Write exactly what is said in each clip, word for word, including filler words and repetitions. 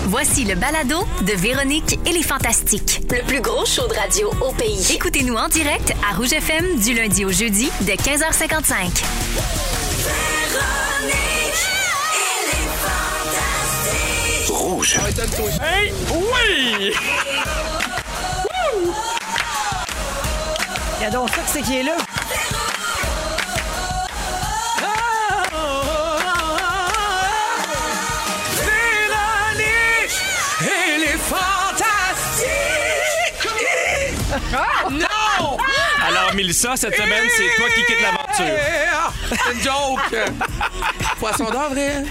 Voici le balado de Véronique et les Fantastiques. Le plus gros show de radio au pays. Écoutez-nous en direct à Rouge F M du lundi au jeudi dès quinze heures cinquante-cinq. Véronique et les Fantastiques. Rouge. Hey, oui! Il y a donc ça que c'est qui est là. Ah, non! Alors, Mélissa, cette semaine, c'est toi qui quittes l'aventure. C'est une joke. Poisson d'avril.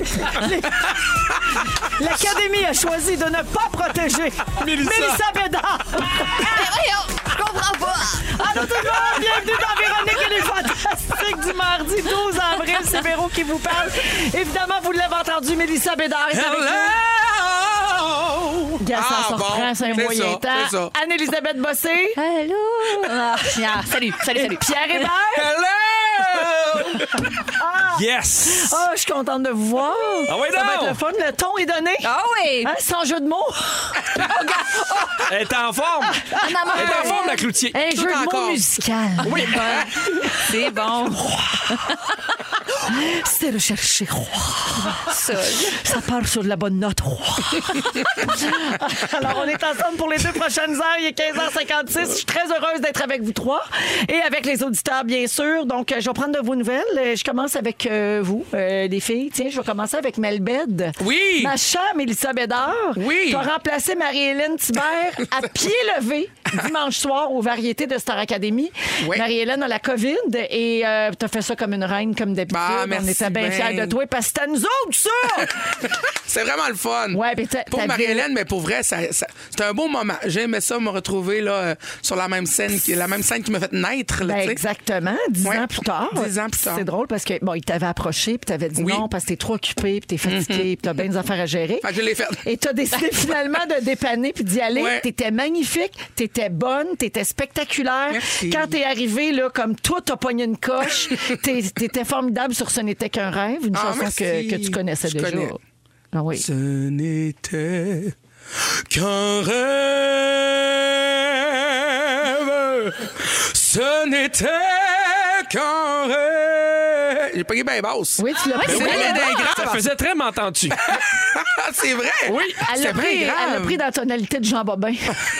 L'Académie a choisi de ne pas protéger Mélissa, Mélissa Bédard. Je comprends pas. Alors tout le monde, bienvenue dans Véronique et les Fantastiques du mardi douze avril. C'est Véro qui vous parle. Évidemment, vous l'avez entendu, Mélissa Bédard est avec nous. Gars, ça Ah, s'en bon, reprend, c'est un c'est moyen ça, temps. c'est ça. Anne-Élisabeth Bossé. Allô? Ah, yeah. Salut, salut, salut. Pierre Hébert. Hello! yes! Oh, je suis contente de vous voir. Ah ouais, Ça va donc! être le fun. Le ton est donné. Ah oui! Hein, sans jeu de mots. Elle est en forme! Elle est en forme, la cloutier! Un jeu de encore. mots musical. Oui! C'est bon. C'est le chercher roi. Ça. Ça part sur la bonne note roi. Alors, on est ensemble pour les deux prochaines heures. Il est quinze heures cinquante-six. Je suis très heureuse d'être avec vous trois et avec les auditeurs, bien sûr. Donc, je vais prendre de vos nouvelles. Je commence avec euh, vous, euh, les filles. Tiens, je vais commencer avec Melbed. Oui! Ma chère Mélissa Bédard. Oui. Tu as remplacé Marie-Hélène Thibert à pied levé dimanche soir aux variétés de Star Academy. Oui. Marie-Hélène a la COVID et euh, tu as fait ça comme une reine, comme d'habitude. Bah, On merci était bien ben. fiers de toi parce que c'était à nous autres, ça! C'est vraiment le fun. Ouais, mais t'as- pour t'as Marie-Hélène, mais pour vrai, ça, ça- c'était un beau moment. J'aimais ça, me retrouver là, euh, sur la même scène, qui, la même scène qui m'a fait naître. Là, Ben, tu sais. exactement, dix Ouais. ans plus tard. Dix ans plus tard. C'est drôle parce que bon, il t'avait approché puis t'avais dit Oui. non parce que t'es trop occupé puis t'es fatigué puis t'as bien des affaires à gérer. Fait que je l'ai fait. Et t'as décidé finalement de dépanner puis d'y aller. Ouais. T'étais magnifique, t'étais bonne, t'étais spectaculaire. Merci. Quand t'es arrivé là, comme toi, t'as pogné une coche. T'es- T'étais formidable sur Ce n'était qu'un rêve, une Ah, chanson merci. que, que tu connaissais Je déjà. connais. Ah oui. Ce n'était qu'un rêve. Ce n'était qu'un rêve. J'ai pogné bien basse. Oui, tu l'as pris. C'est oui. bien grave. Ça faisait très m'entends-tu. C'est vrai. Oui. Elle C'est l'a bien pris, grave. elle l'a pris dans la tonalité de Jean Bobin.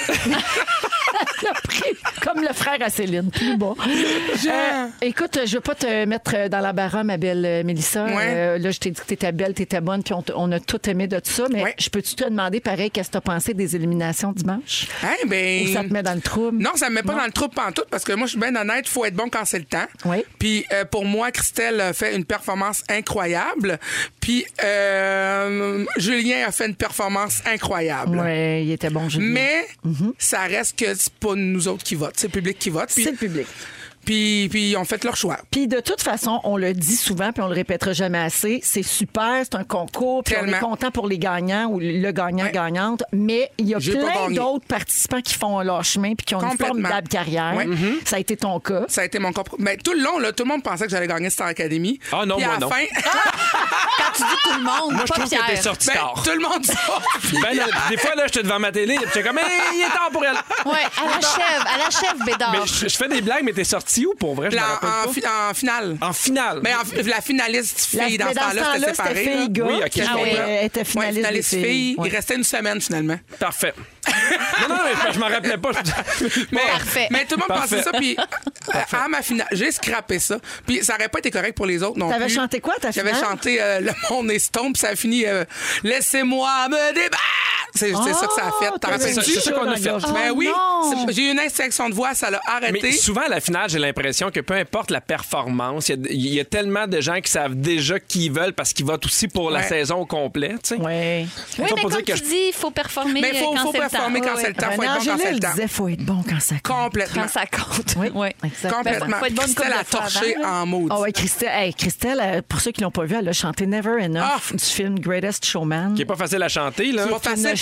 Elle l'a pris comme le frère à Céline, plus bas. Euh, écoute, je veux pas te mettre dans l'embarras, ma belle euh, Mélissa. Ouais. Euh, là, je t'ai dit que t'étais belle, t'étais bonne, puis on, t- on a tout aimé de tout ça. Mais Ouais. je peux-tu te demander, pareil, qu'est-ce que t'as pensé des éliminations dimanche? Hein, ben... Ou ça te met dans le trouble? Non, ça me met pas dans le trou pantoute parce que moi, je suis bien honnête, il faut être bon quand c'est le temps. Oui. Puis euh, pour moi, Christelle a fait une performance incroyable. Puis euh, Julien a fait une performance incroyable. Oui, il était bon, Julien. Mais ça reste que c'est pas nous autres qui votent, c'est le public qui vote. Puis, C'est le public. puis, puis ils ont fait leur choix. Puis de toute façon, on le dit souvent, puis on le répétera jamais assez, c'est super, c'est un concours, puis on Tellement. est content pour les gagnants ou le gagnant, Ouais. gagnante, mais il y a J'ai pas plein gagné. d'autres participants qui font leur chemin puis qui ont une Complètement. formidable carrière. Ouais. Ça a été ton cas. Ça a été mon compre. Mais tout le long, là, tout le monde pensait que j'allais gagner Star Academy. Ah non, Puis moi à la non. fin, Quand tu dis tout le monde, Moi, je pas trouve que Pierre. t'es sorti ben, tard. tout le monde sort. Ben, là, des fois, là, j'étais devant ma télé, puis j'étais comme, hey, il est temps pour elle. Ouais, à la chèvre, à la chèvre, Bédard. Mais je, je fais des blagues, mais t'es sorti où pour vrai? Je me Là, rappelle en, pas. fi- en finale. En finale. Mais en- la finaliste La- fille, dans mais ce temps-là, c'était séparé. c'était là. fille-gars. Oui, ok, qui je était- comprends. elle était Ouais, finaliste, finaliste des fille. filles. Ouais. Il restait une semaine, finalement. Parfait. non, non, mais je m'en rappelais pas. Mais, Parfait. mais tout le monde Parfait. pensait ça. Puis à, à ma finale, j'ai scrappé ça. Puis ça aurait pas été correct pour les autres non T'avais plus. chanté quoi, ta J'avais finale? chanté euh, Le monde est stone, puis ça a fini euh, Laissez-moi me débattre. C'est c'est ça que ça a fait. T'en t'avais rappelles-tu? c'est ça qu'on a fait. Ben Oh, oui. non. C'est- J'ai eu une injection de voix, ça l'a arrêté. Mais souvent, à la finale, j'ai l'impression que peu importe la performance, il y a- il y, a tellement de gens qui savent déjà qui ils veulent parce qu'ils votent aussi pour la Ouais. saison au complet. tu sais. Oui. Oui, Faut mais pas comme dire tu que je- dis, il faut performer Mais faut- quand faut c'est le temps. performer quand Ouais, c'est le temps. Faut être bon quand Angélil c'est le temps. disait faut être bon quand ça compte. Complètement. Quand ça compte. Oui, Oui. exactement. Complètement. Faut être bonne Christelle coupe a de fois torché avant, là. en maudit. Ah ouais, Christelle, hey, Christelle, euh, pour ceux qui l'ont pas vu, elle a chanté Never Enough Ah. du film Greatest Showman. Qui est pas facile à chanter, là. C'est pas facile. Une Puis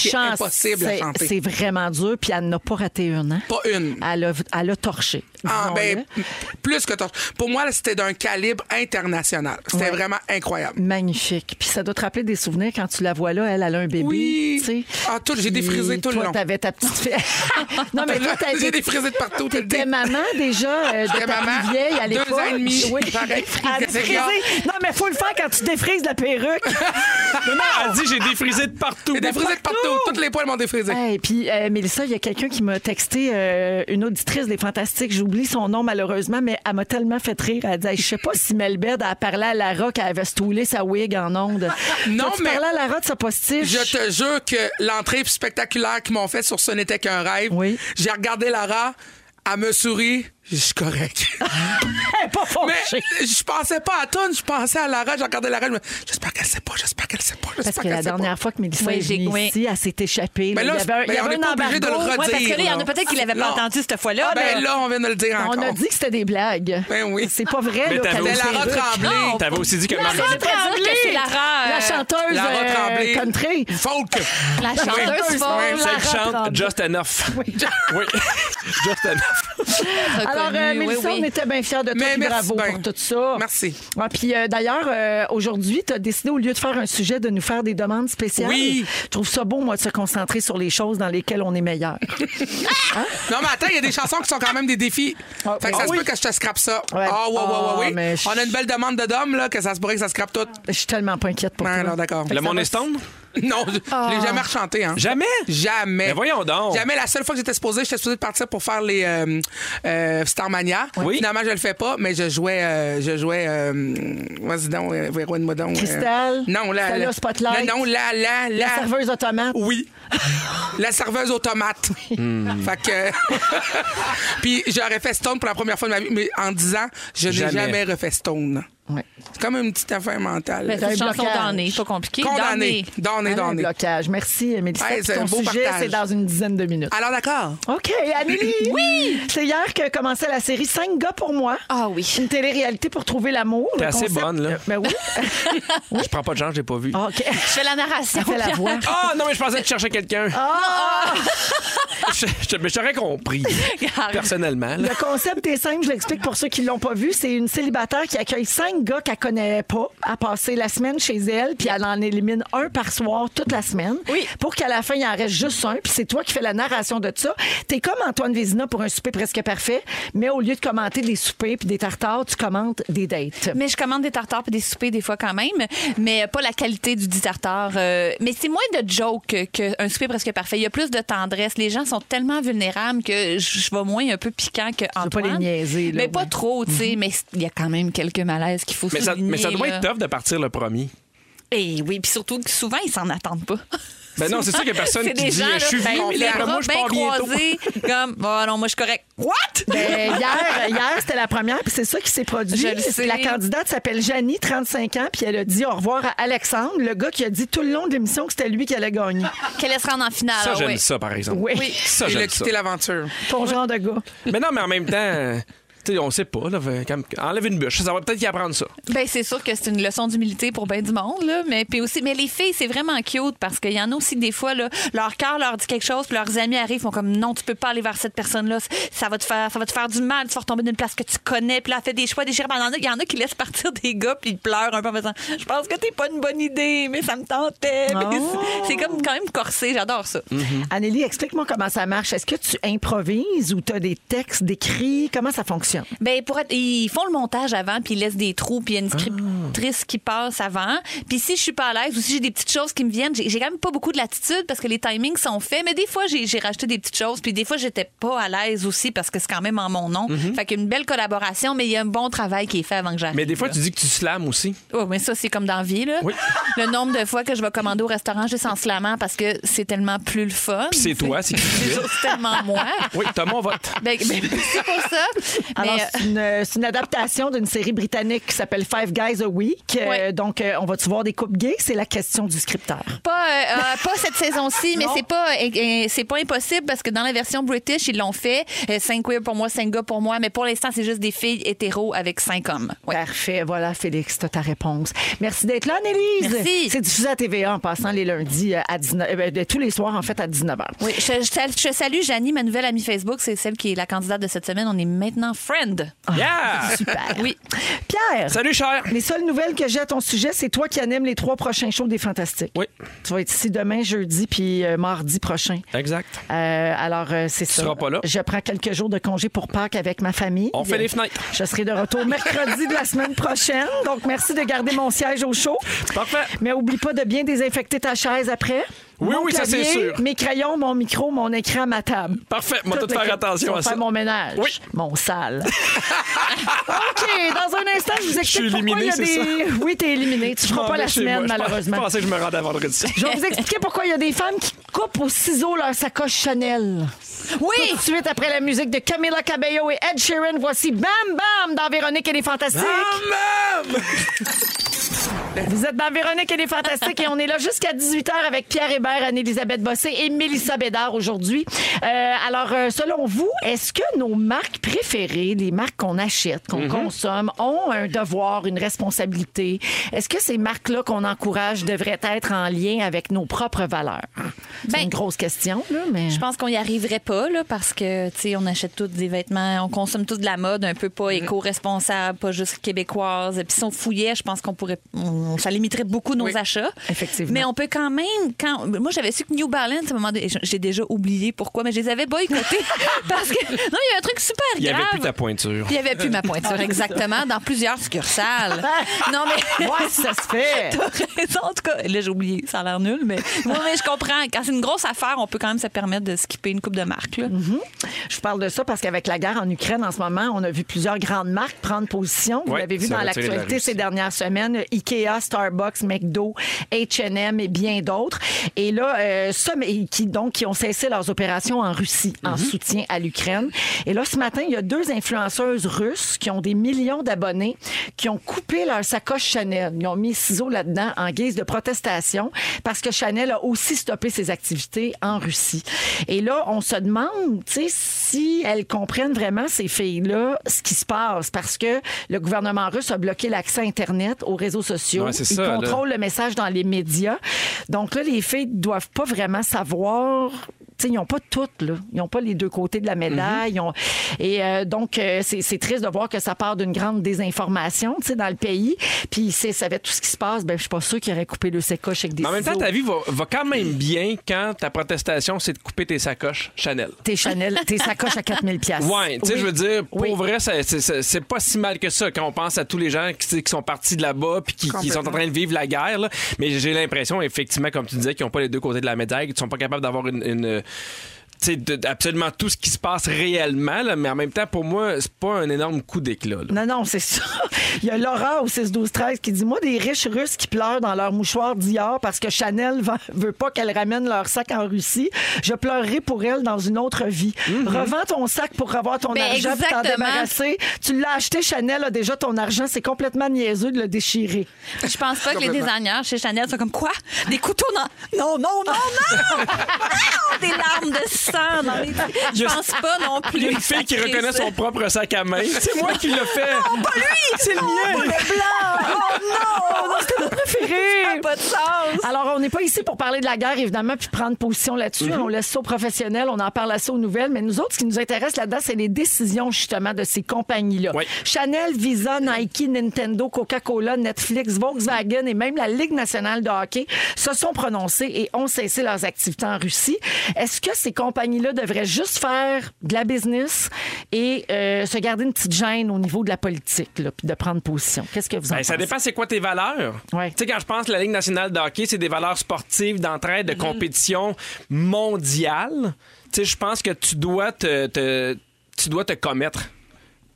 qui est impossible à chanter. C'est vraiment dur, puis elle n'a pas raté une. Hein? Pas une. Elle a, elle a torché. Ah, ben, plus que torché. Pour moi, là, c'était d'un calibre international. C'était Ouais. vraiment incroyable. Magnifique. Puis ça doit te rappeler des souvenirs quand tu la vois là, elle, elle a un bébé. Oui. Tu sais. Ah, tout, j'ai Puis défrisé tout le toi, long. T'avais ta petite fille. Non, mais toi, t'avais. J'ai défrisé de partout. T'étais maman déjà euh, de J'étais ta maman, plus vieille à deux l'époque. ans et demi. Oui. Pareil, À frisé. défriser. Non, mais faut le faire quand tu défrises la perruque. Non, non, elle dit j'ai défrisé de partout. J'ai défrisé de partout. Toutes les poils m'ont défrisé. Et puis, euh, Mélissa, il y a quelqu'un qui m'a texté, euh, une auditrice des Fantastiques. J'oublie son nom, malheureusement, mais elle m'a tellement fait rire. Elle dit, hey, je sais pas si Melbed a parlé à Lara qu'elle avait stoulé sa wig en onde. Non, T'as-tu mais- parlé à Lara de sa postiche? Je te jure que l'entrée spectaculaire qu'ils m'ont fait sur Ce n'était qu'un rêve, Oui. j'ai regardé Lara, elle me sourit, je suis correct. Elle est pas Mais fâchée. je pensais pas à Toon, je pensais à Lara, j'ai regardé Lara, je me j'espère qu'elle sait pas, j'espère qu'elle sait pas, j'espère Parce que qu'elle la sait dernière pas. fois que Mélissa Oui, est venue j'ai- oui. ici, elle s'est échappée. Mais là, il y avait, il y mais on avait n'est un pas obligé de le embargo. redire. Ouais, parce que là, il y en a là. peut-être qui l'avaient pas Non. entendu cette fois-là. Ah, ben mais- là, on vient de le dire encore. On a dit que c'était des blagues. Ben oui. C'est pas vrai, Mais là. t'avais qu'elle aussi- a C'était Lara une perruque. Tremblay. Non. T'avais aussi dit que Lara Marie- Tremblay. que c'est Lara, La euh, chanteuse Lara euh, Tremblay. country. Folk. La chanteuse Oui. folle. Oui. Celle qui Lara chante Tremblay. Just Enough. Oui. Just Enough. Alors, euh, reconnue, Mélissa, oui, oui. on était bien fiers de toi. Mais puis merci bravo bien. pour tout ça. Merci. Ah, puis euh, d'ailleurs, euh, aujourd'hui, tu as décidé, au lieu de faire un sujet, de nous faire des demandes spéciales. Oui. Je trouve ça beau, moi, de se concentrer sur les choses dans lesquelles on est meilleur. Non, mais attends, il y a des chansons qui sont quand même des défis. Ah, fait que ah ça oui. se peut que je te scrape ça. Ouais. Ah, ouais, ouais, Ah, ouais, ouais. mais je- On a une belle demande de Dom, là, que ça se pourrait que ça scrape tout. Je suis tellement pas inquiète pour Ouais, toi. alors, d'accord. Fait que Le ça Monde va- est Stone? Non, je, je l'ai jamais rechanté, hein. Jamais? Jamais. Mais voyons donc. Jamais. La seule fois que j'étais supposée, j'étais supposée partir pour faire les euh, euh, Starmania. Oui. Finalement, je le fais pas, mais je jouais, euh, je jouais, euh, vas-y donc, euh, Véroïne Modon. Cristal? non, la, Stella la- Spotlight? Non, non, la, la, la. La serveuse automate. Oui. La serveuse aux tomates. Fait que. Puis j'aurais fait Stone pour la première fois de ma vie, mais en dix ans, je n'ai Jamais. jamais refait Stone. Ouais. C'est comme une petite affaire mentale. Ben, T'as c'est un une chanson blocage. damnée, pas compliqué. Condamné. Donné, Ah, un donné. blocage. Merci, Mélissa. Hey, c'est Ton un beau sujet, partage. c'est dans une dizaine de minutes. Alors, d'accord. OK, Amélie. Oui. C'est hier que commençait la série cinq gars pour moi. Ah oui. Une télé-réalité pour trouver l'amour. T'es Le assez concept- bonne, là. Euh, Ben oui. Je prends pas de genre, j'ai pas vu. Ah, OK. Je fais la narration. Ça fait la Pierre. voix. Ah non, mais je pensais que tu cherchais quelqu'un. Ah! Je, je- mais j'aurais compris, Regarde. personnellement. là. Le concept est simple, je l'explique pour ceux qui l'ont pas vu. C'est une célibataire qui accueille cinq gars qu'elle connaît pas à passer la semaine chez elle, puis elle en élimine un par soir toute la semaine. Oui. Pour qu'à la fin, il en reste juste un, puis c'est toi qui fais la narration de ça. T'es comme Antoine Vézina pour un souper presque parfait, mais au lieu de commenter des soupers puis des tartares, tu commentes des dates. Mais je commande des tartares et des soupers des fois quand même, mais pas la qualité du dit tartare. Euh, mais c'est moins de joke qu'un souper presque parfait. Il y a plus de tendresse. Les gens sont tellement vulnérables que je je vais moins un peu piquant que veux pas les Antoine. niaiser, là, Mais pas ouais. trop, tu sais. Mais il y a quand même quelques malaises qu'il faut Mais ça, souligner. mais ça doit là. être tough de partir le premier. Et oui, puis surtout que souvent, ils s'en attendent pas. Ben non, c'est sûr qu'il y a personne C'est qui des dit gens, je suis là, venu, ben, mais les après bras moi, je bien pars bientôt. croisés, comme, oh non, moi, je suis correct. What? Ben, hier, hier c'était la première, puis c'est ça qui s'est produit. Je le sais. La candidate s'appelle Janie, trente-cinq ans, puis elle a dit au revoir à Alexandre, le gars qui a dit tout le long de l'émission que c'était lui qui allait gagner. Qu'elle laisse se rendre en finale. Ça, ah j'aime oui. ça, par exemple. Oui. Oui. Ça, Il a j'aime ça. quitté l'aventure. Ton genre de gars. Mais non, mais en même temps, tu sais, on sait pas. Là, quand- enlève une bûche. Ça va peut-être y apprendre ça. Ben, c'est sûr que c'est une leçon d'humilité pour bien du monde, là. Mais, puis aussi, mais les filles, c'est vraiment cute parce qu'il y en a aussi des fois, là, leur cœur leur dit quelque chose, puis leurs amis arrivent, font comme non, tu peux pas aller vers cette personne-là, ça va te faire, ça va te faire du mal, tu vas retomber d'une place que tu connais, puis là, elle fait des choix déchirants. Il y en a, il y en a qui laissent partir des gars, puis ils pleurent un peu en faisant je pense que t'es pas une bonne idée, mais ça me tentait. Mais Oh. c'est comme quand même corsé, j'adore ça. Anneli, explique-moi comment ça marche. Est-ce que tu improvises ou tu as des textes décrits? Comment ça fonctionne? Ben pour être, ils font le montage avant puis ils laissent des trous puis il y a une scriptrice qui passe avant. Puis si je suis pas à l'aise ou si j'ai des petites choses qui me viennent, j'ai, j'ai quand même pas beaucoup de latitude parce que les timings sont faits, mais des fois j'ai, j'ai rajouté des petites choses puis des fois j'étais pas à l'aise aussi parce que c'est quand même en mon nom. Fait qu'il y a une belle collaboration, mais il y a un bon travail qui est fait avant que j'arrive. Mais des fois, là. tu dis que tu slams aussi. Oh, mais ça, c'est comme dans la vie, là. Oui. Le nombre de fois que je vais commander au restaurant juste en slamant parce que c'est tellement plus le fun. Puis c'est toi, c'est qui C'est fait. juste tellement moi. Oui, t'as mon vote. Ben, ben, c'est pour ça. Alors, Alors, Mais, c'est une, c'est une adaptation d'une série britannique qui s'appelle Five Guys a Week. Euh, Ouais. donc, euh, on va-tu voir des couples gays? C'est la question du scripteur. Pas, euh, euh, pas cette saison-ci, mais Non. c'est pas, euh, euh, c'est pas impossible parce que dans la version British, ils l'ont fait. Euh, cinq queer pour moi, cinq gars pour moi. Mais pour l'instant, c'est juste des filles hétéros avec cinq hommes. Ouais. Parfait. Voilà, Félix, t'as ta réponse. Merci d'être là, Annelise. Merci. C'est diffusé à T V A en passant les lundis euh, à dix-neuf euh, ben, tous les soirs, en fait, à dix-neuf heures. Oui, je, je- je salue Janie, ma nouvelle amie Facebook. C'est celle qui est la candidate de cette semaine. On est maintenant friend. Yeah! Super. Oui. Pierre. Salut, cher! Les seules nouvelles que j'ai à ton sujet, c'est toi qui animes les trois prochains shows des Fantastiques. Oui, Tu vas être ici demain, jeudi, puis euh, mardi prochain. exact. Euh, alors, euh, c'est ça. seras pas là. Je prends quelques jours de congé pour Pâques avec ma famille. On fait les fenêtres. Je serai de retour mercredi de la semaine prochaine. Donc, merci de garder mon siège au chaud. Parfait. Mais oublie pas de bien désinfecter ta chaise après. Oui, Mon oui, ça, c'est clavier, sûr. Mes crayons, mon micro, mon écran, ma table. Parfait. Moi, tout le faire kit. attention Tu vas à ça. faire mon ménage. Oui. Mon sale. OK. Dans un instant, je vous Je suis explique pourquoi il y a éliminé, des... Oui, t'es éliminé. Tu ne feras m'en pas vais la chez semaine, moi. Je pense- malheureusement. Je pensais que je me rendais vendredi. Je vais vous expliquer pourquoi il y a des femmes qui coupent au ciseau leur sacoche Chanel. Oui! Tout de suite après la musique de Camila Cabello et Ed Sheeran, voici Bam Bam dans Véronique et les Fantastiques. Bam! Vous êtes dans Véronique et les Fantastiques et on est là jusqu'à dix-huit heures avec Pierre Hébert, Anne-Élisabeth Bossé et Mélissa Bédard aujourd'hui. Euh, alors, euh, selon vous, est-ce que nos marques préférées, les marques qu'on achète, qu'on consomme, ont un devoir, une responsabilité? Est-ce que ces marques-là qu'on encourage devraient être en lien avec nos propres valeurs? C'est Ben, une grosse question, là, mais... Je pense qu'on n'y arriverait pas, là, parce que, tu sais, on achète tous des vêtements, on consomme tous de la mode, un peu pas éco-responsable, pas juste québécoise. Puis si on fouillait, je pense qu'on pourrait, on- ça limiterait beaucoup nos Oui. achats. Effectivement. Mais on peut quand même, quand, moi, j'avais su que New Balance, à un moment donné, j'ai déjà oublié pourquoi, mais je les avais boycottés parce que, non, il y a un truc super Il n'y grave. avait plus ta pointure. Il n'y avait plus ma pointure, exactement, dans plusieurs succursales. Non, mais. Ouais, ça se fait. T'as raison, en tout cas. Là, j'ai oublié, ça a l'air nul, mais. Oui, mais je comprends. Quand c'est une grosse affaire, on peut quand même se permettre de skipper une coupe de marques, là. Je vous parle de ça parce qu'avec la guerre en Ukraine en ce moment, on a vu plusieurs grandes marques prendre position. Vous Oui, l'avez vu se dans retirer de la l'actualité Russie. ces dernières semaines. Ikea, Starbucks, McDo, H and M et bien d'autres. Et là, euh, ça, mais qui, donc, qui ont cessé leurs opérations en Russie en Mhm. soutien à l'Ukraine. Et là, ce matin, il y a deux influenceuses russes qui ont des millions d'abonnés qui ont coupé leur sacoche Chanel. Ils ont mis ciseaux là-dedans en guise de protestation parce que Chanel a aussi stoppé ses activités en Russie. Et là, on se demande, tu sais, si elles comprennent vraiment, ces filles-là, ce qui se passe parce que le gouvernement russe a bloqué l'accès à Internet, aux réseaux sociaux. Ouais, c'est Ils ça, là. contrôlent le message dans les médias. Donc là, les filles ne doivent pas vraiment savoir... T'sais, ils n'ont pas toutes, là. Ils n'ont pas les deux côtés de la médaille. Ils ont- Et euh, donc, euh, c'est c'est triste de voir que ça part d'une grande désinformation, tu sais, dans le pays. Puis, s'ils savaient tout ce qui se passe, ben, je suis pas sûre qu'ils auraient coupé le sacoche avec des Mais en même temps, ciseaux. ta vie va, va quand même bien quand ta protestation, c'est de couper tes sacoches Chanel. Tes Chanel, tes sacoches à quatre mille piastres. Ouais, tu sais, Oui. je veux dire, pour Oui. vrai, ça- c'est- c'est c'est pas si mal que ça quand on pense à tous les gens qui, qui sont partis de là-bas puis qui, qui sont en train de vivre la guerre. Là. Mais j'ai l'impression, effectivement, comme tu disais, qu'ils n'ont pas les deux côtés de la médaille, qu'ils sont pas capables d'avoir une. une tu sais, de- absolument tout ce qui se passe réellement, là, mais en même temps, pour moi, c'est pas un énorme coup d'éclat. là. Non, non, c'est ça. Il y a Laura au six douze treize qui dit « Moi, des riches Russes qui pleurent dans leur mouchoir Dior parce que Chanel va- veut pas qu'elles ramènent leur sac en Russie. Je pleurerai pour elles dans une autre vie. Revends ton sac pour avoir ton Ben, argent et t'en exactement. débarrasser. Tu l'as acheté, Chanel a déjà ton argent. C'est complètement niaiseux de le déchirer. Je pense pas que les Complètement. designers chez Chanel sont comme quoi? Des couteaux dans. Non, non, non, non! Non! Des larmes de sang dans les. Il y Je a- pense pas non plus. Il y a une que fille ça qui crée reconnaît ça. son propre sac à main. C'est moi qui l'ai fait. Non, pas lui! C'est le mien! Oh non! C'était notre préféré! Pas de sens. Alors, on n'est pas ici pour parler de la guerre, évidemment, puis prendre position là-dessus. On laisse ça aux professionnels, on en parle assez aux nouvelles. Mais nous autres, ce qui nous intéresse là-dedans, c'est les décisions, justement, de ces compagnies-là. Oui. Chanel, Visa, Nike, Nintendo, Coca-Cola, Netflix, Volkswagen et même la Ligue nationale de hockey se sont prononcés et ont cessé leurs activités en Russie. Est-ce que ces compagnies-là devraient juste faire de la business et euh, se garder une petite gêne au niveau de la politique, là, puis de prendre position? Qu'est-ce que vous en Ben, pensez? ça dépend c'est quoi tes valeurs. Ouais. Tu sais, quand je pense que la Ligue nationale de hockey, c'est des valeurs sportives, d'entraide, de compétition mondiale. Tu sais, je pense que tu dois te, te- tu dois te commettre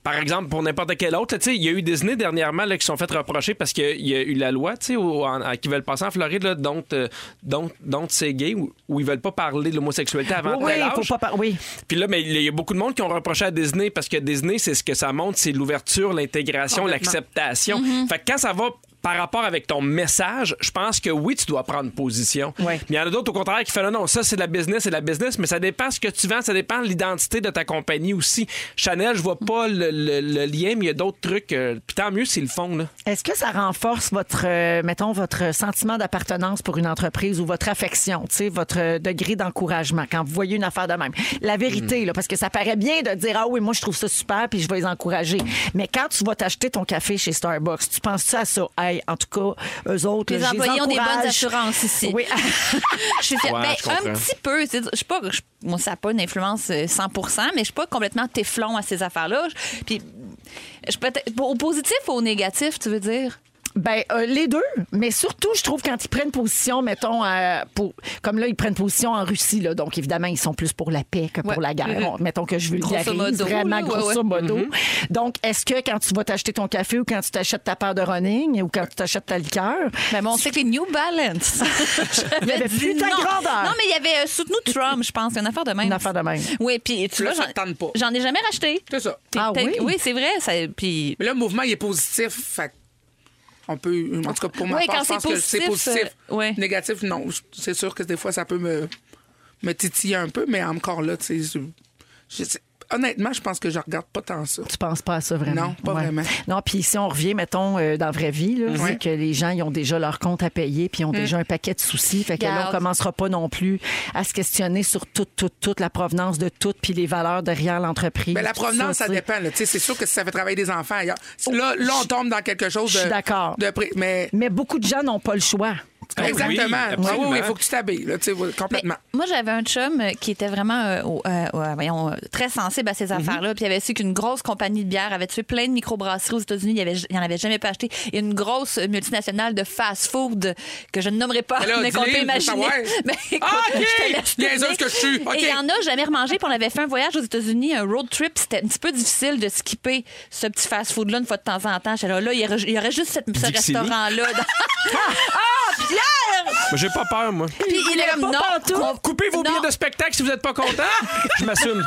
par exemple, pour n'importe quel autre, tu sais, il y a eu Disney dernièrement là, qui sont fait reprocher parce qu'il y a eu la loi, tu sais, au- en- en- qui veulent passer en Floride, là, dont, euh, dont, dont c'est gay, où, où ils veulent pas parler de l'homosexualité avant Oui, tel il faut âge. pas par- oui. Puis là, mais il y a beaucoup de monde qui ont reproché à Disney parce que Disney, c'est ce que ça montre, c'est l'ouverture, l'intégration, Complètement. l'acceptation. Fait que quand ça va par rapport avec ton message, je pense que oui, tu dois prendre position. Ouais. Mais il y en a d'autres, au contraire, qui font non, non, ça, c'est de la business, c'est de la business, mais ça dépend ce que tu vends, ça dépend de l'identité de ta compagnie aussi. Chanel, je vois pas le, le- le lien, mais il y a d'autres trucs. euh, Puis tant mieux s'ils le font, là. Est-ce que ça renforce votre, euh, mettons, votre sentiment d'appartenance pour une entreprise ou votre affection, tu sais, votre degré d'encouragement quand vous voyez une affaire de même? La vérité, là, parce que ça paraît bien de dire, ah oui, moi, je trouve ça super, puis je vais les encourager. Mais quand tu vas t'acheter ton café chez Starbucks, tu penses-tu à ça? Hey, en tout cas, eux autres, Les là, je employés ont des bonnes encourage. assurances ici. Oui. Je suis fière. Ouais, Ben, je comprends. un petit peu. C'est- Je suis pas, je- moi, ça n'a pas une influence euh, cent pour cent, mais je suis pas complètement téflon à ces affaires-là. Je- Puis, je peux être- au positif ou au négatif, tu veux dire? Ben, euh, les deux. Mais surtout, je trouve, quand ils prennent position, mettons, euh, pour, comme là, ils prennent position en Russie, là, donc évidemment, ils sont plus pour la paix que pour Ouais. la guerre. Mhm. Bon, mettons que je vulgarise, Grosso modo, vraiment là, ouais, grosso ouais. modo. Donc, est-ce que quand tu vas t'acheter ton café ou quand tu t'achètes ta paire de running ou quand tu t'achètes ta liqueur, Ben, bon, on sait que les New Balance. il y avait plus ta non. grandeur. Non, mais il y avait euh, soutenu Trump, je pense. Une affaire de même. Une affaire de même. Oui, puis tu Là, vois, ça te tente pas. j'en j'en ai jamais racheté. C'est ça. Ah Peut-être- oui? Oui, c'est vrai. Ça, puis Mais là, le mouvement, il est positif. Fait que on peut, en tout cas, pour ma Oui, part, quand je pense c'est que c'est positif, positif. euh, ouais. Négatif, non. C'est sûr que des fois, ça peut me, me titiller un peu, mais encore là, tu sais, je- je- honnêtement, je pense que je regarde pas tant ça. Tu penses pas à ça vraiment? Non, pas vraiment. Non, puis si on revient, mettons, euh, dans la vraie vie, là, Ouais. c'est que les gens, ils ont déjà leur compte à payer, puis ils ont déjà un paquet de soucis. Fait que là, on Garde. commencera pas non plus à se questionner sur toute, toute, toute la provenance de tout, puis les valeurs derrière l'entreprise. Mais la tout provenance, ça, tu sais. dépend. là. Tu sais, c'est sûr que si ça fait travailler des enfants ailleurs. Là, là, on tombe dans quelque chose de. Je suis d'accord. de pré- Mais. Mais beaucoup de gens n'ont pas le choix. Ah oui, Exactement. Ah oui, absolument. oui, il faut que tu t'habilles, là, tu sais, oui, complètement. Mais moi, j'avais un chum euh, qui était vraiment euh, au- euh, ouais, voyons, euh, très sensible à ces Mhm. affaires-là. Puis il avait su qu'une grosse compagnie de bière avait tué plein de microbrasseries aux États-Unis. Il n'y en avait jamais pas acheté. Et une grosse multinationale de fast-food que je ne nommerai pas, Mais là, mais qu'on dis-les, peut je veux imaginer. savoir. Ben, écoute, Ah, OK! je te laisse Niaiseuse deviner. que je suis. OK. Et il y en a jamais remangé. Puis on avait fait un voyage aux États-Unis, un road trip. C'était un petit peu difficile de skipper ce petit fast-food-là une fois de temps en temps. J'étais là, là, il y aurait, il y aurait juste cette- ce Dixili. restaurant-là. dans- Ah, Pierre! Mais j'ai pas peur, moi. Puis il est comme, pas non, pantoute. on- Coupez vos non. billets de spectacle si vous n'êtes pas content. Je m'assume.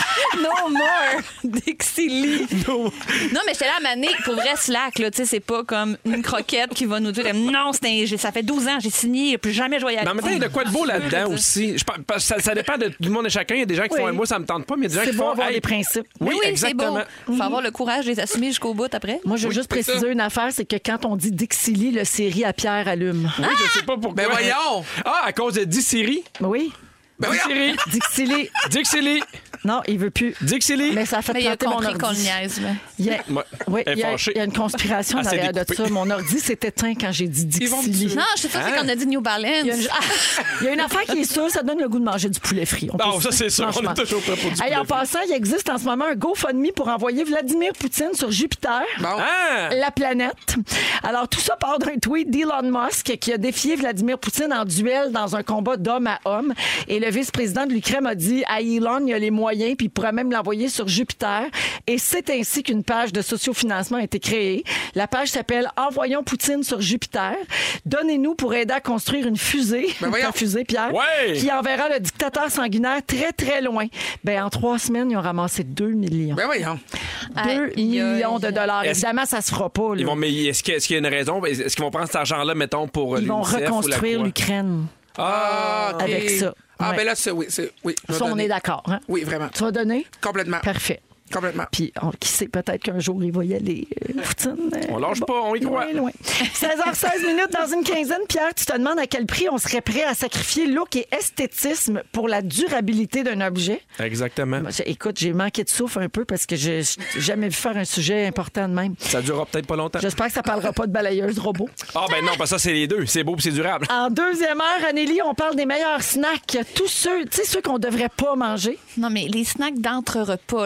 No more Dixili. No. Non, mais j'étais là à maner pour vrai slack, là. Tu sais, c'est pas comme une croquette qui va nous dire non, c'est un- j'ai- ça fait douze ans, j'ai signé, plus jamais je vais y aller. Mais en même temps, il y a de quoi de beau là-dedans aussi. Je pense- parce que ça, ça dépend de tout le monde et chacun. Il y a des gens qui Oui. font, moi, ça me tente pas, mais il y a des gens C'est qui beau font, avoir hey, des principes. Mais Oui, oui, c'est exactement. beau. Faut avoir le courage de les assumer jusqu'au bout après. Moi, je veux Oui, juste c'est ça. préciser une affaire, c'est que quand on dit Dixili, le série à Pierre allume. Oui, je sais pas pourquoi. Ben voyons! Ah, à cause de Dixili. Oui. Ben voyons! Dixili. Dixili. Dixili. Non, il veut plus. Dixili. Mais ça a fait Mais il a planter mon compris qu'on le ordi. niaise, là. Il y a, Ouais. oui, Elle est il y a- fâchée. il y a une conspiration Ah, c'est derrière de découpé. ça. Mon ordi s'est éteint quand j'ai dit Ils vont me Dixili. tuer. Non, je suis sûre Hein? c'est qu'on a dit New Balance. Il y, a une... il y a une affaire qui est sûre, ça donne le goût de manger du poulet frit. On peut Non, se- ça, c'est sûr. On franchement. est toujours prêt pour du Hey, poulet en frit. passant, il existe en ce moment un GoFundMe pour envoyer Vladimir Poutine sur Jupiter. Bon. Ah! La planète. Alors, tout ça part d'un tweet d'Elon Musk qui a défié Vladimir Poutine en duel dans un combat d'homme à homme. Et le vice-président de l'Ukraine a dit à Elon, il y a les moyens, puis il pourrait même l'envoyer sur Jupiter. Et c'est ainsi qu'une page de sociofinancement a été créée. La page s'appelle Envoyons Poutine sur Jupiter. Donnez-nous pour aider à construire une fusée. Ben voyons. Ta fusée, Pierre. Ouais. Qui enverra le dictateur sanguinaire très, très loin. Ben, en trois semaines, ils ont ramassé deux millions. Ben voyons. deux Aïe, aïe. millions de dollars. Est-ce- Évidemment, ça se fera pas. là. Ils vont, mais est-ce qu'il y a- est-ce qu'il y a une raison? Est-ce qu'ils vont prendre cet argent-là, mettons, pour Ils vont l'UNICEF ou la reconstruire Croix? l'Ukraine. Ah! OK. Avec ça. Ah, Ouais. ben là, c'est, oui, c'est, oui. je vais Ça, on donner. est d'accord. Hein? Oui, vraiment. Tu vas donner? Complètement. Parfait. Complètement. Puis, on- qui sait, peut-être qu'un jour, il va y aller. euh, Poutine. euh, On lâche pas, on y croit. loin, loin. seize heures seize minutes dans une quinzaine. Pierre, tu te demandes à quel prix on serait prêt à sacrifier look et esthétisme pour la durabilité d'un objet. Exactement. Moi, j'ai- Écoute, j'ai manqué de souffle un peu parce que je n'ai jamais vu faire un sujet important de même. Ça durera peut-être pas longtemps. J'espère que ça parlera pas de balayeuse robot. Ah, ben non, parce que ça, c'est les deux. C'est beau puis c'est durable. En deuxième heure, Anneli, on parle des meilleurs snacks. Tous ceux, tu sais, ceux qu'on devrait pas manger. Non, mais les snacks d'entre-repas, là. Quand je parle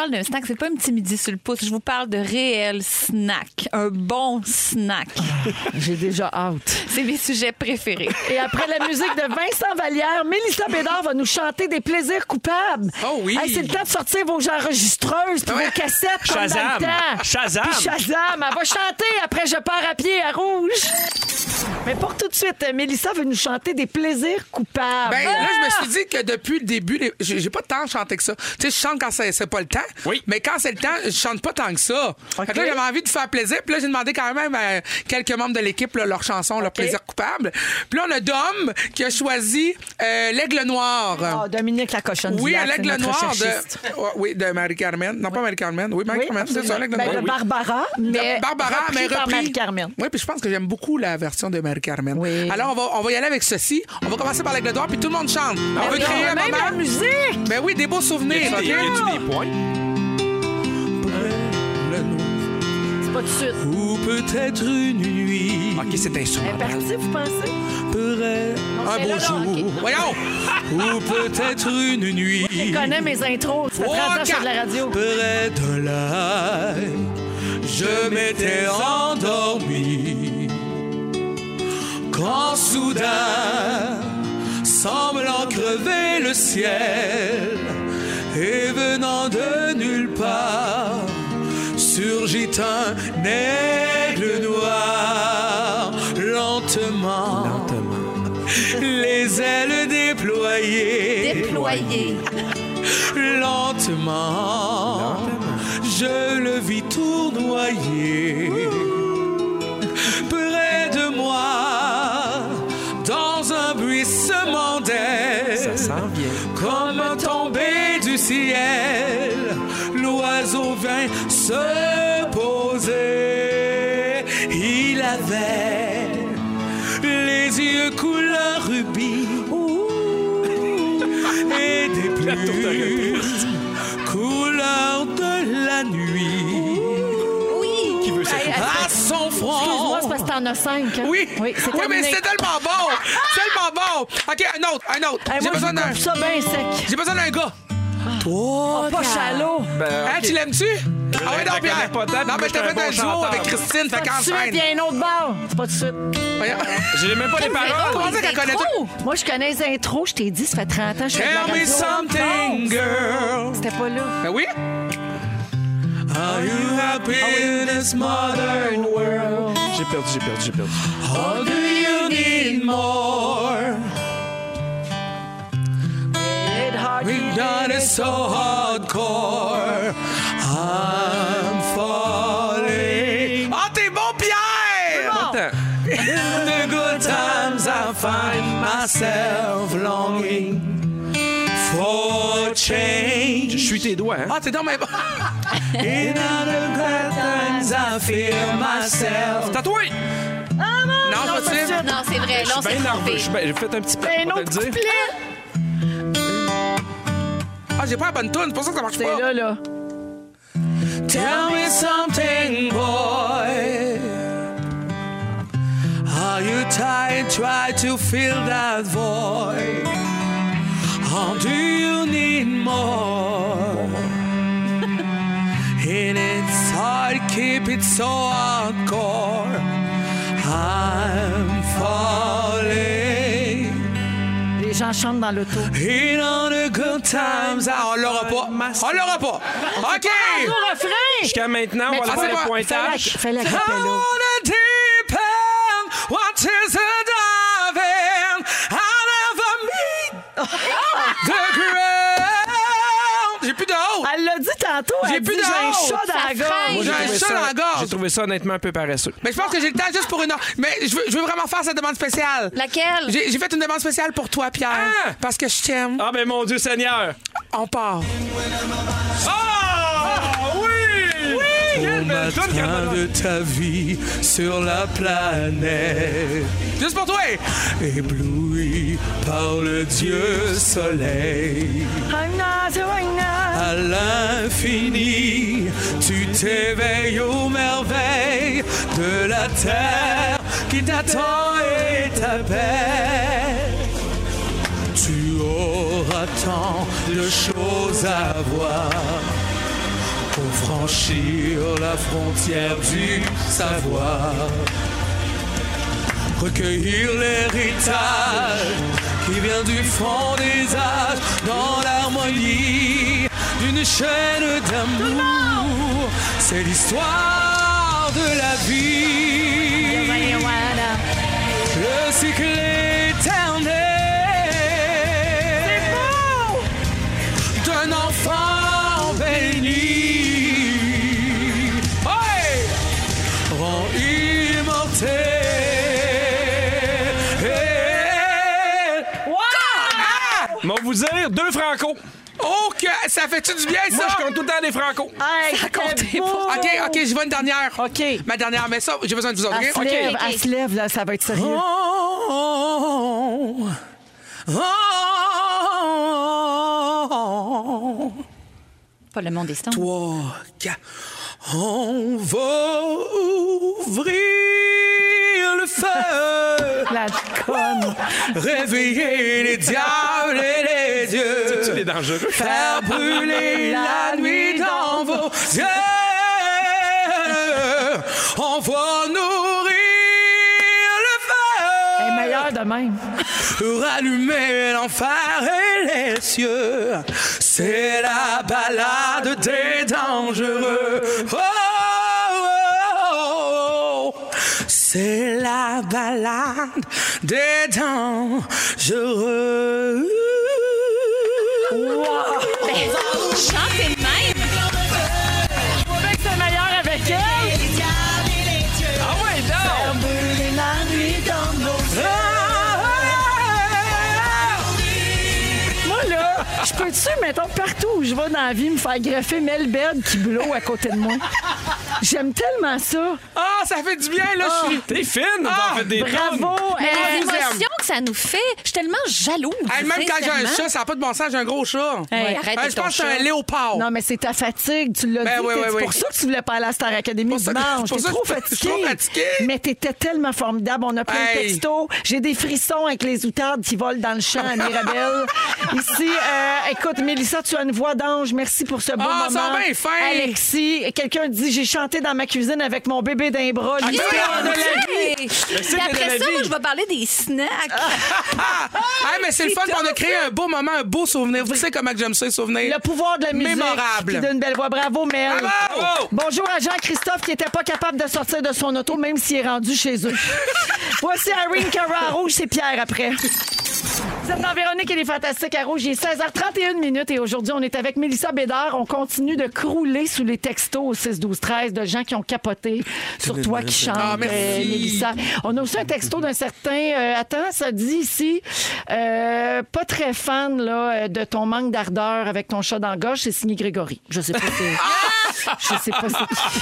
parle d'un snack, c'est pas un petit midi sur le pouce. Je vous parle de réel snack. Un bon snack. J'ai déjà hâte. C'est mes sujets préférés. Et après la musique de Vincent Vallière, Mélissa Bédard va nous chanter des plaisirs coupables. Oh oui. Hey, c'est le temps de sortir vos enregistreuses puis Ouais. vos cassettes comme Shazam. dans le temps. Shazam. Puis Shazam. Elle va chanter après Je pars à pied à Rouge. Mais pour tout de suite, Mélissa veut nous chanter des plaisirs coupables. Ben, Ah! là, je me suis dit que depuis le début, les- j'ai j'ai pas de temps à chanter que ça. Tu sais, je chante quand c'est c'est pas le temps. Oui. Mais quand c'est le temps, je chante pas tant que ça. OK. Fait que là, j'avais envie de faire plaisir. Puis là, j'ai demandé quand même à quelques membres de l'équipe là, leur chanson, leur plaisir coupable. Puis là, on a Dom qui a choisi euh, L'Aigle Noir. Ah, Dominique la cochonne Oui, d'Ilac, à c'est l'Aigle notre Noir recherchiste. de. Oh, oui, de Marie-Carmen. Non, pas Marie-Carmen. Oui, Oui, Marie-Carmen, c'est ça, l'Aigle ben, Noir. de Barbara, mais De Barbara, repris mais par repris. Marie-Carmen. Oui, puis je pense que j'aime beaucoup la version de Marie-Carmen. Oui. Alors, on va, on va y aller avec ceci. On va commencer par l'Aigle Noir, puis tout le monde chante. On veut Mais créer on a un même moment. la musique. Ben oui, des beaux souvenirs. Y OK? a-tu des points? C'est pas tout de suite. Ou peut-être une nuit. OK, c'est Elle est instrumental. partie, vous pensez? Peut-être un c'est beau là, là, jour. OK. Voyons. Ou peut-être une nuit. Je connais mes intros. Ça fait trente ans que je fais de la radio. Près d'un lac, je m'étais endormi. Quand soudain, semblant crever le ciel, et venant de nulle part, surgit un aigle noir, lentement, les ailes déployées, Déployé. lentement, je le vis tournoyer. Près de moi, dans un buissement d'ailes, Ça s'en vient. comme un tombé du ciel, l'oiseau vint se poser. Il avait les yeux couleur rubis et des plumes couleur de la nuit. Oui. Qui veut ça? Hey, À son front. Excuse-moi, c'est parce que t'en as cinq. Hein? Oui, Oui, c'est oui mais terminé. c'est tellement bon! tellement bon! OK, un autre, un autre. Hey, J'ai moi, besoin je d'un. coupe ça bien sec. J'ai besoin d'un gars. Toi, Pas chalot. Ben, Hein, OK. tu l'aimes-tu? Ah oui, je la non, Pierre. connais pas tant, Non, puis mais je t'as suis un fait bon un duo chanteur. avec Christine, fait Pas qu'en de suite, il y scène. a un autre bar. C'est pas de suite. Voyons. J'ai même pas les paroles. Comment ça qu'elle connaît tout? Moi, je connais les intros. Je t'ai dit, ça fait trente ans que je fais de la Tell me radio. something, girl. C'était pas là. Ben oui. Are you happy in this modern world? J'ai perdu, j'ai perdu, j'ai perdu. Or do you need more? We've done it so hardcore. I'm falling. Ah, t'es bon, Pierre! Attends. In the good times, I find myself longing for change. Je suis tes doigts, hein? Ah, t'es dans mes... In the good times, I feel myself... Tatoué! Non, non, pas pas sûr. sûr. Non, c'est vrai. Je Là, on suis s'est bien nerveux. trompé. Je suis bien- J'ai fait un petit peu. Un autre couplet. Ah, j'ai pas la bonne tune, c'est pour ça que ça marche C'est pas. là, là. Tell me something, boy. Are you tired? Try to fill that void. Or do you need more? And it's hard, keep it so hardcore. I'm falling. Les gens chantent dans l'auto. In all the good times. Ah, on l'aura pas. On l'aura pas. OK. Au refrain! Jusqu'à maintenant, Mais on va tu avoir vois, le pointage. Fais la I capella. wanna deep end. What is a diving? I never meet the ground. J'ai plus de haut. Elle l'a dit tantôt. J'ai Elle plus dit, de j'ai un honte. chat dans la Ça gorge. freine. J'ai un trouvé chat ça- dans la gorge. J'ai trouvé ça honnêtement un peu paresseux. Mais je pense que j'ai le temps juste pour une heure. Mais je veux, je veux vraiment faire cette demande spéciale. Laquelle? J'ai j'ai fait une demande spéciale pour toi, Pierre. Ah! Parce que je t'aime. Ah, ben mon Dieu Seigneur! On part. Ah! Oui! Oui! Quelle belle toune qu'elle m'a donnée. de ta vie sur la planète. Juste pour toi. Ébloui par le Dieu soleil. À l'infini, tu t'éveilles aux merveilles de la terre qui t'attend et t'appelle. Tu auras tant de choses à voir franchir la frontière du savoir, recueillir l'héritage qui vient du fond des âges dans l'harmonie d'une chaîne d'amour. C'est l'histoire de la vie, le cycle éternel d'un enfant béni, hey! Rend immortel. Moi, vous dire, deux Franco. Oh, que ça fait-tu du bien, ça? Moi, je compte tout le temps des Franco. Hey, Ça comptait beau. pas. OK, OK, je vais une dernière. OK. Ma dernière, mais ça, j'ai besoin de vous autres. Elle se OK? lève, OK. elle se lève, là, ça va être sérieux. Oh, oh, oh, Pas le monde des Stones. Toi, quatre. On va ouvrir le feu, La conne. réveiller les diables et les dieux, Tu es dangereux. faire brûler la nuit dans vos yeux. On va nourrir le Elle est feu, meilleure de même. rallumer l'enfer et les cieux. C'est la balade des dangereux. Oh, oh, oh. C'est la balade des dangereux. Chantez de même. Je trouvais que c'est meilleur avec elle. Ah ouais, non! Brûler la nuit dans nos Moi, là, je peux-tu, mettons, partout où je vais dans la vie, me faire greffer Mel Bed qui blow à côté de moi? J'aime tellement ça. Ah, ça fait du bien, là. Je suis... T'es fine, on Ah, en fait des tonnes. Bravo! Mais Hey, les émotions que ça nous fait, je suis tellement jalouse. Hey, même quand j'ai un sincèrement. chat, ça n'a pas de bon sens, j'ai un gros chat. Hey, arrête Hey, avec je ton pense que c'est chat. un léopard. Non, mais c'est ta fatigue, tu l'as Ben dit. oui, T'es- oui, c'est oui. pour ça que tu voulais pas aller à Star Academy Pour ça que- dimanche. pour T'es ça trop que je suis fatigué. trop fatigué. Mais t'étais tellement formidable. On a plein de Hey. textos. J'ai des frissons avec les outardes qui volent dans le champ à Mirabelle. Ici, euh, écoute, Mélissa, tu as une voix d'ange. Merci pour ce beau Ah, moment. ça va bien fin. Alexis, quelqu'un dit, j'ai chanté dans ma cuisine avec mon bébé d'un bras. Ah, L'histoire de la vie. Hey. Puis après ça, moi, je vais parler des snacks. Ah, hey, mais c'est le fun qu'on a créé un beau moment, un beau souvenir. Vous savez comment que j'aime ça, les souvenirs? Le pouvoir de la musique. Mémorable. Puis d'une belle voix. Bravo, Mel. Bravo! Bonjour à Jean-Christophe qui n'était pas capable de sortir de son auto, même s'il est rendu chez eux. Voici Irene Cara à Rouge, c'est Pierre après. Vous êtes dans Véronique et les Fantastiques à Rouge. Il est seize heures trente et une minutes et aujourd'hui, on est avec Mélissa Bédard. On continue de crouler sous les textos au six douze treize de gens qui ont capoté sur toi qui chante, Ah, merci. euh, Mélissa. On a aussi un texto d'un certain... euh, attends, ça dit ici... euh, pas très fan là, de ton manque d'ardeur avec ton chat dans la gorge. C'est signé Grégory. Je sais pas si... Je sais pas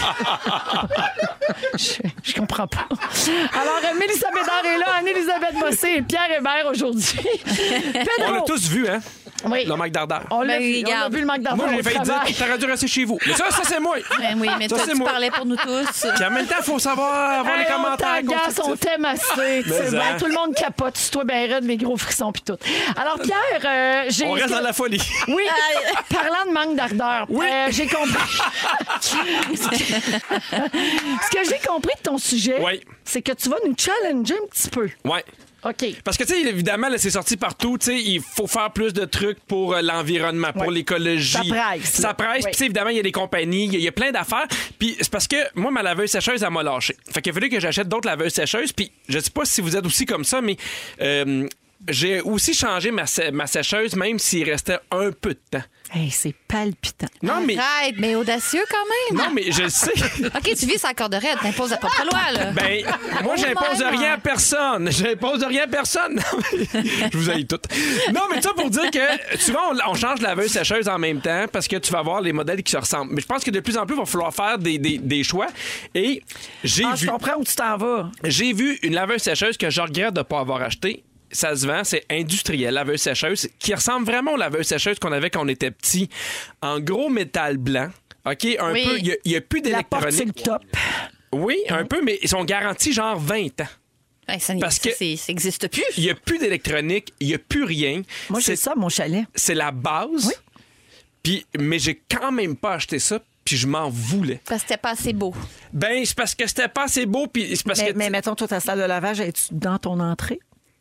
si... je, je comprends pas. Alors, euh, Mélissa Bédard est là, Anne-Élisabeth Bossé et Pierre Hébert aujourd'hui. Pedro. On l'a tous vu, hein? Oui. Le manque d'ardeur. On l'a Ben, vu, on a regarde. vu le manque d'ardeur Moi, au j'ai failli dire, travail. t'aurais dû rester chez vous. Mais ça, ça, c'est moi. Ben oui, mais Ça, toi, c'est tu moi. parlais pour nous tous. Puis en même temps, il faut savoir avoir les Hey, on commentaires t'agace, on constructifs. t'aime assez. Tu sais, Mais ben, hein. tout le monde capote. Tu toi, ben raide, les gros frissons puis tout. Alors, Pierre, euh, j'ai... On reste dans la folie. Oui, parlant de manque d'ardeur, euh, j'ai compris. Ce que j'ai compris de ton sujet, Oui. c'est que tu vas nous challenger un petit peu. Ouais. OK. Parce que, tu sais, évidemment, là, c'est sorti partout. Tu sais, il faut faire plus de trucs pour euh, l'environnement, pour Ouais. l'écologie. Ça presse, Ça là. presse. Oui. Puis, tu sais, évidemment, il y a des compagnies, il y, a- il y a plein d'affaires. Puis, c'est parce que moi, ma laveuse sécheuse, elle m'a lâché. Fait qu'il a fallu que j'achète d'autres laveuses sécheuses. Puis, je sais pas si vous êtes aussi comme ça, mais euh, j'ai aussi changé ma, sé- ma sécheuse, même s'il restait un peu de temps. Hey, c'est palpitant. Non, mais. Arrête, mais audacieux quand même. Non, mais je le sais. OK, tu vis sa corde raide, t'imposes ta propre loi, là. Ben, moi, Oh j'impose my rien à God. personne. J'impose rien à personne. Non, mais- je vous haïs toutes. Non, mais ça pour dire que souvent, on, on change laveuse sécheuse en même temps parce que tu vas avoir les modèles qui se ressemblent. Mais je pense que de plus en plus, il va falloir faire des, des, des choix. Et j'ai Ah, je vu, comprends où tu t'en vas. j'ai vu une laveuse sécheuse que je regrette de ne pas avoir achetée. Ça se vend, c'est industriel, laveuse sécheuse, qui ressemble vraiment aux laveuses sécheuses qu'on avait quand on était petit, en gros métal blanc. OK, un Oui. peu, il n'y a, plus La porte, c'est le d'électronique. top. Oui, un peu, mais ils sont garantis genre vingt ans. Ouais, ça Parce que- n'existe plus. Il n'y a plus d'électronique, il n'y a plus rien. Moi, j'ai C'est- ça, mon chalet. C'est la base. Oui. Puis, mais j'ai quand même pas acheté ça puis je m'en voulais. Parce que c'était pas assez beau. Ben, c'est parce que c'était pas assez beau, puis c'est parce Mais, que... mais mettons, toi, ta salle de lavage, es-tu dans ton entrée?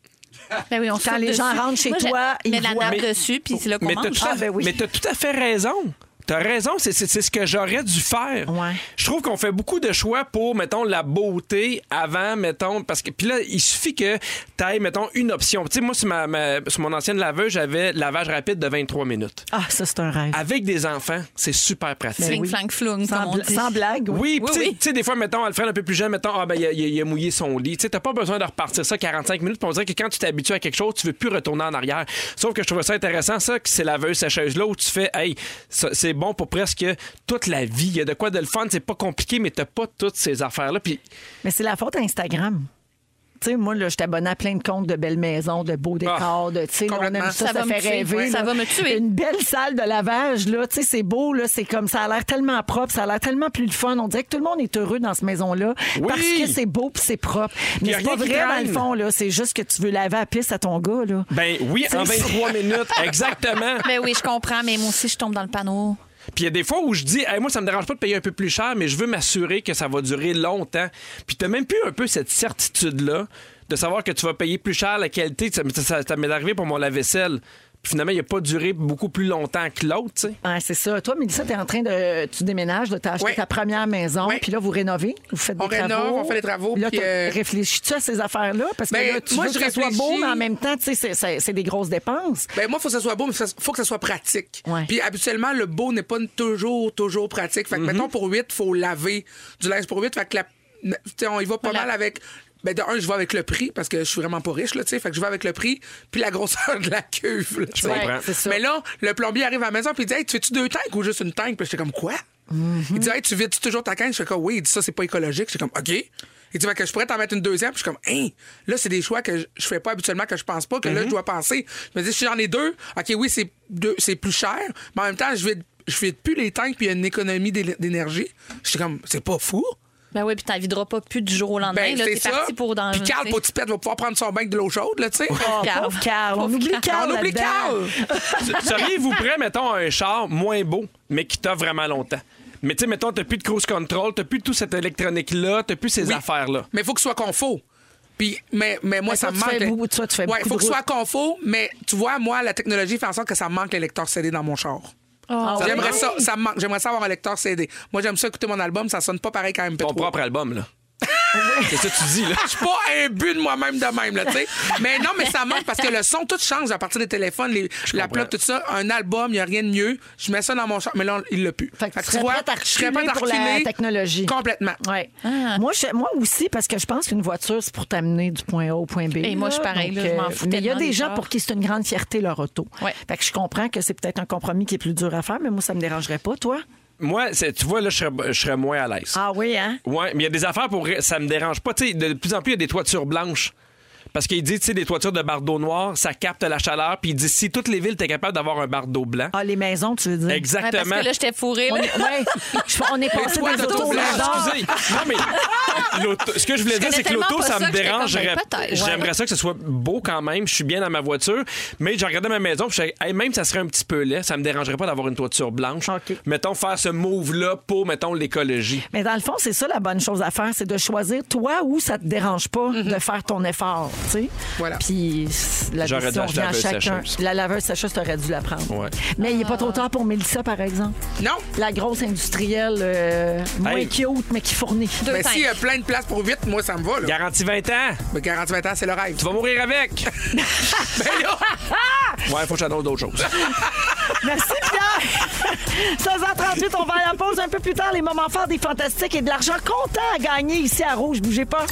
Ben oui, on Quand saute les dessus. gens rentrent chez Moi, toi, je ils mets la voient- nappe Mais- dessus, puis c'est là qu'on Mais t'as mange. tout, à... Ah, ben oui. mais t'as tout à fait raison. T'as raison, c'est, c'est, c'est ce que j'aurais dû faire. Ouais. Je trouve qu'on fait beaucoup de choix pour, mettons, la beauté avant, mettons, parce que puis là, il suffit que t'ailles, mettons, une option. Tu sais, moi, sur, ma, ma- sur mon ancienne laveuse, j'avais lavage rapide de vingt-trois minutes. Ah, ça, c'est un rêve. Avec des enfants, c'est super pratique. Fling, oui. flang, flung, Sans, comme on bla- dit. sans blague. Oui, Oui, puis tu sais- oui. tu sais, des fois, mettons, Alfred un peu plus jeune, mettons, ah, ben, il a, il a mouillé son lit. Tu sais, t'as pas besoin de repartir ça quarante-cinq minutes. Puis on dirait que quand tu t'habitues à quelque chose, tu veux plus retourner en arrière. Sauf que je trouvais ça intéressant, ça, que c'est laveuse sécheuse-là où tu fais, hey, ça, c'est bon pour presque toute la vie. Il y a de quoi de le fun, c'est pas compliqué, mais t'as pas toutes ces affaires-là. Puis Mais c'est la faute à Instagram. Tu sais, moi, là, je t'abonne à plein de comptes de belles maisons, de beaux décors, de, tu sais, là, on complètement. aime ça, Ça ça, va me fait tuer, rêver. ouais. là. Ça va me tuer. Une belle salle de lavage, là, tu sais, c'est beau, là, c'est comme, ça a l'air tellement propre, ça a l'air tellement plus le fun. On dirait que tout le monde est heureux dans cette maison-là Oui. parce que c'est beau puis c'est propre. Mais y a c'est pas rien qui vrai, dans traîne. le fond, là, c'est juste que tu veux laver à pisse à ton gars, là. ben oui, en vingt-trois minutes, exactement. Ben oui, je comprends, mais moi aussi, je tombe dans le panneau. Puis il y a des fois où je dis, hey, moi, ça me dérange pas de payer un peu plus cher, mais je veux m'assurer que ça va durer longtemps. Puis t'as même plus un peu cette certitude-là de savoir que tu vas payer plus cher la qualité. Ça, ça, ça m'est arrivé pour mon lave-vaisselle. Puis finalement, il n'a pas duré beaucoup plus longtemps que l'autre, tu sais. Ah, c'est ça. Toi, Mélissa, t'es en train de. Tu déménages, de t'acheter Oui. ta première maison, Oui. puis là, vous rénovez, vous faites On des rénove, travaux. on fait des travaux, Là, puis, t'as- euh, réfléchis-tu à ces affaires-là? Parce que Ben, là, tu moi, veux je que ça soit beau, réfléchis. mais en même temps, tu sais, c'est- c'est c'est des grosses dépenses. Ben moi, il faut que ça soit beau, mais il faut que ça soit pratique. Ouais. Puis habituellement, le beau n'est pas toujours, toujours pratique. Fait que, mettons, pour huit, il faut laver du linge pour huit. Fait que la, tu sais, on y va pas Voilà. mal avec. Ben, de un, je vais avec le prix parce que je suis vraiment pas riche, là, tu sais. Fait que je vais avec le prix, puis la grosseur de la cuve, là, tu sais. comprends. c'est ça. Mais là, le plombier arrive à la maison, puis il dit, hey, tu fais-tu deux tanks ou juste une tank? Puis j'étais comme, quoi? Il dit, hey, tu vides toujours ta canne? Je fais comme, oui. Il dit, ça, c'est pas écologique. J'étais comme, OK. Il dit, fait que je pourrais t'en mettre une deuxième. Puis je suis comme, hein, là, c'est des choix que je, je fais pas habituellement, que je pense pas, que là, je dois penser. Je me dis, si j'en ai deux, OK, oui, c'est deux, c'est plus cher, mais en même temps, je vide, je vide plus les tanks, puis il y a une économie d'é- d'énergie. J'étais comme, c'est pas fou. Ben oui, puis t'en videras pas plus du jour au lendemain. Ben, là, c'est t'es ça. parti pour dans Puis Carl Potipette va pouvoir prendre son bain de l'eau chaude, là, tu sais. Oh, Carl. pauvre Carl. On Pauvre oublie Carl. Carl. On oublie là-dedans. Carl! Seriez-vous prêt, mettons, à un char moins beau, mais qui t'offre vraiment longtemps? Mais tu sais, mettons, t'as plus de cruise control, t'as plus toute cette électronique-là, t'as plus ces Oui. affaires-là. Mais il faut que ce soit confort. Puis, mais, mais moi, Mais ça toi, me tu manque. fais le- beaucoup- toi, tu fais ouais, beaucoup faut de que ce soit route. confort, mais tu vois, moi, la technologie fait en sorte que ça me manque les lecteurs C D dans mon char. Ah, ouais. J'aimerais ça, ça me manque. J'aimerais ça avoir un lecteur C D. Moi, j'aime ça écouter mon album, ça sonne pas pareil qu'un M P trois. Ton propre album, là. C'est ça que tu dis, là. Je suis pas un but de moi-même de même, là, tu sais. Mais non, mais ça manque parce que le son, tout change à partir des téléphones, les, la comprends. plug, tout ça. Un album, il n'y a rien de mieux. Je mets ça dans mon char, mais là, il l'a plus. Fait que tu tu serais vois, prête à je serais reculer prête à pour la reculer technologie. Complètement. Ouais. Ah. Moi, je- moi aussi, parce que je pense qu'une voiture, c'est pour t'amener du point A au point B. Et moi, je suis là. pareil, Donc, là, je m'en euh, fous Mais il y a tellement des des gens chars. pour qui c'est une grande fierté, leur auto. Ouais. Fait que je comprends que c'est peut-être un compromis qui est plus dur à faire, mais moi, ça me dérangerait pas, toi. Moi, c'est- tu vois, là, je serais, je serais moins à l'aise. Ah oui, hein? Ouais, mais il y a des affaires pour. Ça me dérange pas. Tu sais, de plus en plus, il y a des toitures blanches. Parce qu'il dit, tu sais, des toitures de bardeaux noirs, ça capte la chaleur. Puis il dit, si toutes les villes étaient capables d'avoir un bardeau blanc. Ah, les maisons, tu veux dire? Ouais, Exactement. parce que là, j'étais fourrée. On Là. est, ouais, je- on est passé toits des d'auto autos blanches, blanches. Excusez. Non, mais l'auto- ce que je voulais Je dire, c'est que connais l'auto, tellement ça pas me ça que j'étais dérangerait. comme, ben, peut-être. J'aimerais ça que ce soit beau quand même. Je suis bien dans ma voiture. Mais j'ai regardé ma maison, puis je suis hey, même ça serait un petit peu laid, ça me dérangerait pas d'avoir une toiture blanche. OK. Mettons, faire ce move-là pour, mettons, l'écologie. Mais dans le fond, c'est ça la bonne chose à faire, c'est de choisir toi où ça te dérange pas de faire ton effort, tu sais. Voilà. Puis la J'aurais dû décision acheter vient à la laveuse chacun. sécheuse. La laveuse sécheuse, t'aurais dû la prendre. Ouais. Mais il n'est pas trop tard pour Mélissa, par exemple. Non. La grosse industrielle, euh, moins Hey. cute, mais qui fournit. Deux Mais tanks. s'il y a plein de place pour huit, moi, ça me va, là. Garantie vingt ans. Mais quarante vingt ans, c'est le rêve. Tu vas mourir avec. Ben là, Ouais, faut que je t'annonce d'autres choses. Merci, Pierre! seize heures trente-huit, on va à la pause un peu plus tard. Les moments forts des Fantastiques et de l'argent comptant à gagner ici à Rouge. Bougez pas.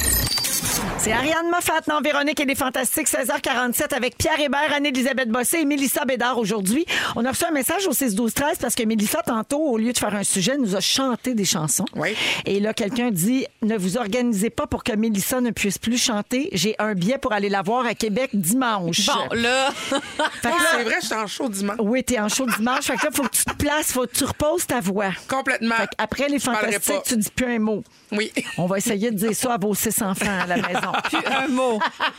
C'est Ariane Moffat, non, Véronique et les Fantastiques, seize heures quarante-sept avec Pierre Hébert, Anne-Élisabeth Bossé et Mélissa Bédard aujourd'hui. On a reçu un message au six douze treize parce que Mélissa, tantôt, au lieu de faire un sujet, nous a chanté des chansons. Oui. Et là, quelqu'un dit « Ne vous organisez pas pour que Mélissa ne puisse plus chanter. J'ai un billet pour aller la voir à Québec dimanche. » Bon, là. Fait que là- c'est vrai, je suis en show dimanche. oui, t'es en show dimanche. Fait que là, faut que tu te places, faut que tu reposes ta voix. Complètement. Fait après les parlerai Fantastiques, pas. tu dis plus un mot. Oui. On va essayer de dire ça à vos six enfants à la maison. non. Plus un mot.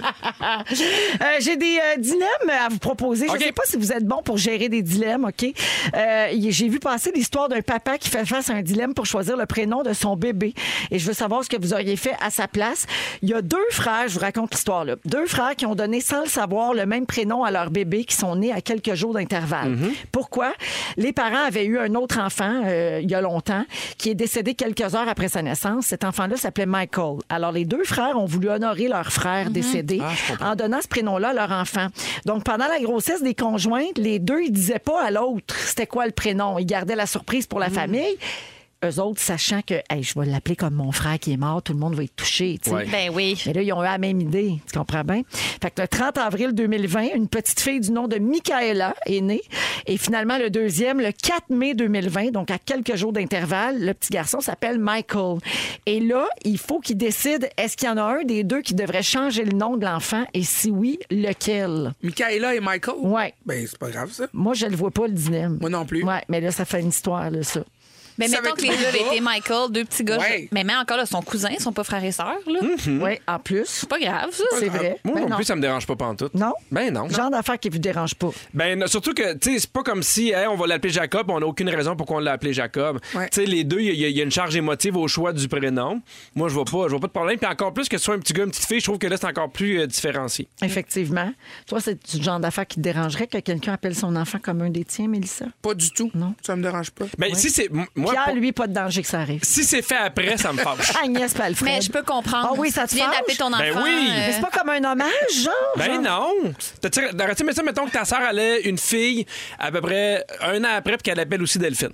Euh, j'ai des euh, dilemmes à vous proposer. Je ne OK. sais pas si vous êtes bon pour gérer des dilemmes, OK? Euh, j'ai vu passer l'histoire d'un papa qui fait face à un dilemme pour choisir le prénom de son bébé. Et je veux savoir ce que vous auriez fait à sa place. Il y a deux frères, je vous raconte l'histoire, là. Deux frères qui ont donné sans le savoir le même prénom à leur bébé qui sont nés à quelques jours d'intervalle. Mm-hmm. Pourquoi? Les parents avaient eu un autre enfant euh, il y a longtemps qui est décédé quelques heures après sa naissance. Cet enfant-là s'appelait Michael. Alors, les deux frères ont voulu honorer leur frère mm-hmm. décédé ah, en donnant ce prénom-là à leur enfant. Donc, pendant la grossesse des conjointes, les deux, ils disaient pas à l'autre c'était quoi le prénom. Ils gardaient la surprise pour la mm. famille. Eux autres, sachant que hey, je vais l'appeler comme mon frère qui est mort, tout le monde va être touché. Ouais. Ben oui. Mais là, ils ont eu la même idée. Tu comprends bien? Fait que le trente avril deux mille vingt, une petite fille du nom de Michaela est née. Et finalement, le deuxième, le quatre mai deux mille vingt, donc à quelques jours d'intervalle, le petit garçon s'appelle Michael. Et là, il faut qu'il décide est-ce qu'il y en a un des deux qui devrait changer le nom de l'enfant? Et si oui, lequel? Michaela et Michael? Ouais. Ben, c'est pas grave, ça. Moi, je le vois pas, le dilemme. Moi non plus. Ouais, mais là, ça fait une histoire, là, ça. Mais Ça mettons avec que les deux deux gars. étaient Michael, deux petits gars. Ouais. Mais, mais encore là, son cousin, ils sont pas frères et sœurs. Là. Hmm. Oui, en plus. C'est pas grave, ça. C'est vrai. Moi Ben non non. plus, ça me dérange pas pantoute. Non? Ben non. Genre d'affaire qui vous dérange pas. Ben, non, surtout que, tu sais, c'est pas comme si, hey, on va l'appeler Jacob, on n'a aucune raison pour qu'on l'ait appelé Jacob. Ouais. Tu sais, les deux, il y, a- il y a une charge émotive au choix du prénom. Moi, je vois pas, je vois pas de problème. Puis encore plus que ce soit un petit gars, une petite fille, je trouve que là, c'est encore plus euh, différencié. Effectivement. Toi, c'est du genre d'affaire qui te dérangerait que quelqu'un appelle son enfant comme un des tiens, Mélissa? Pas du tout. Non. Ça me dérange pas. Ben, si c'est. m- Moi, Pierre, pour- lui, pas de danger que ça arrive. si c'est fait après, ça me fâche. Agnès pas Alfred. Mais je peux comprendre. Ah oui, ça te Tu viens fâche? d'appeler ton enfant. Ben oui. euh, Mais c'est pas comme un hommage, genre? Ben genre? non! T'as-tu t'aurais-tu aimé ça, mettons que ta sœur allait une fille à peu près un an après puis qu'elle appelle aussi Delphine.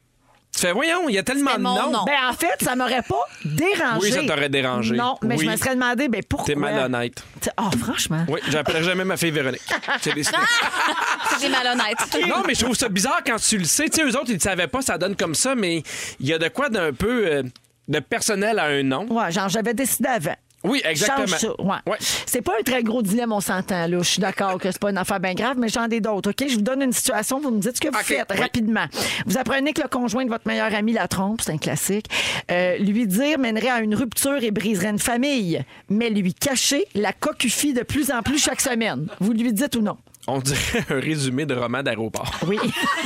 Tu fais, voyons, il y a tellement de C'était mon noms. nom. Ben, en fait, ça m'aurait pas dérangé. Oui, ça t'aurait dérangé. Non, mais Oui. je me serais demandé, ben pourquoi? T'es malhonnête. Oh, franchement. Oui, j'appellerai jamais ma fille Véronique. C'est décidé. C'est malhonnête. Non, mais je trouve ça bizarre quand tu le sais. Tu sais, eux autres, ils ne savaient pas, ça donne comme ça, mais il y a de quoi d'un peu euh, de personnel à un nom. Ouais, genre, j'avais décidé avant. Oui, exactement. Change ça. Ouais. Ouais. C'est pas un très gros dilemme, on s'entend. Là. Je suis d'accord que c'est pas une affaire bien grave, mais j'en ai d'autres. OK? Je vous donne une situation, vous me dites ce que vous OK. faites Oui. rapidement. Vous apprenez que le conjoint de votre meilleur ami la trompe, c'est un classique. Euh, lui dire mènerait à une rupture et briserait une famille, mais lui cacher la coquufie de plus en plus chaque semaine. Vous lui dites ou non? On dirait un résumé de roman d'aéroport. Oui.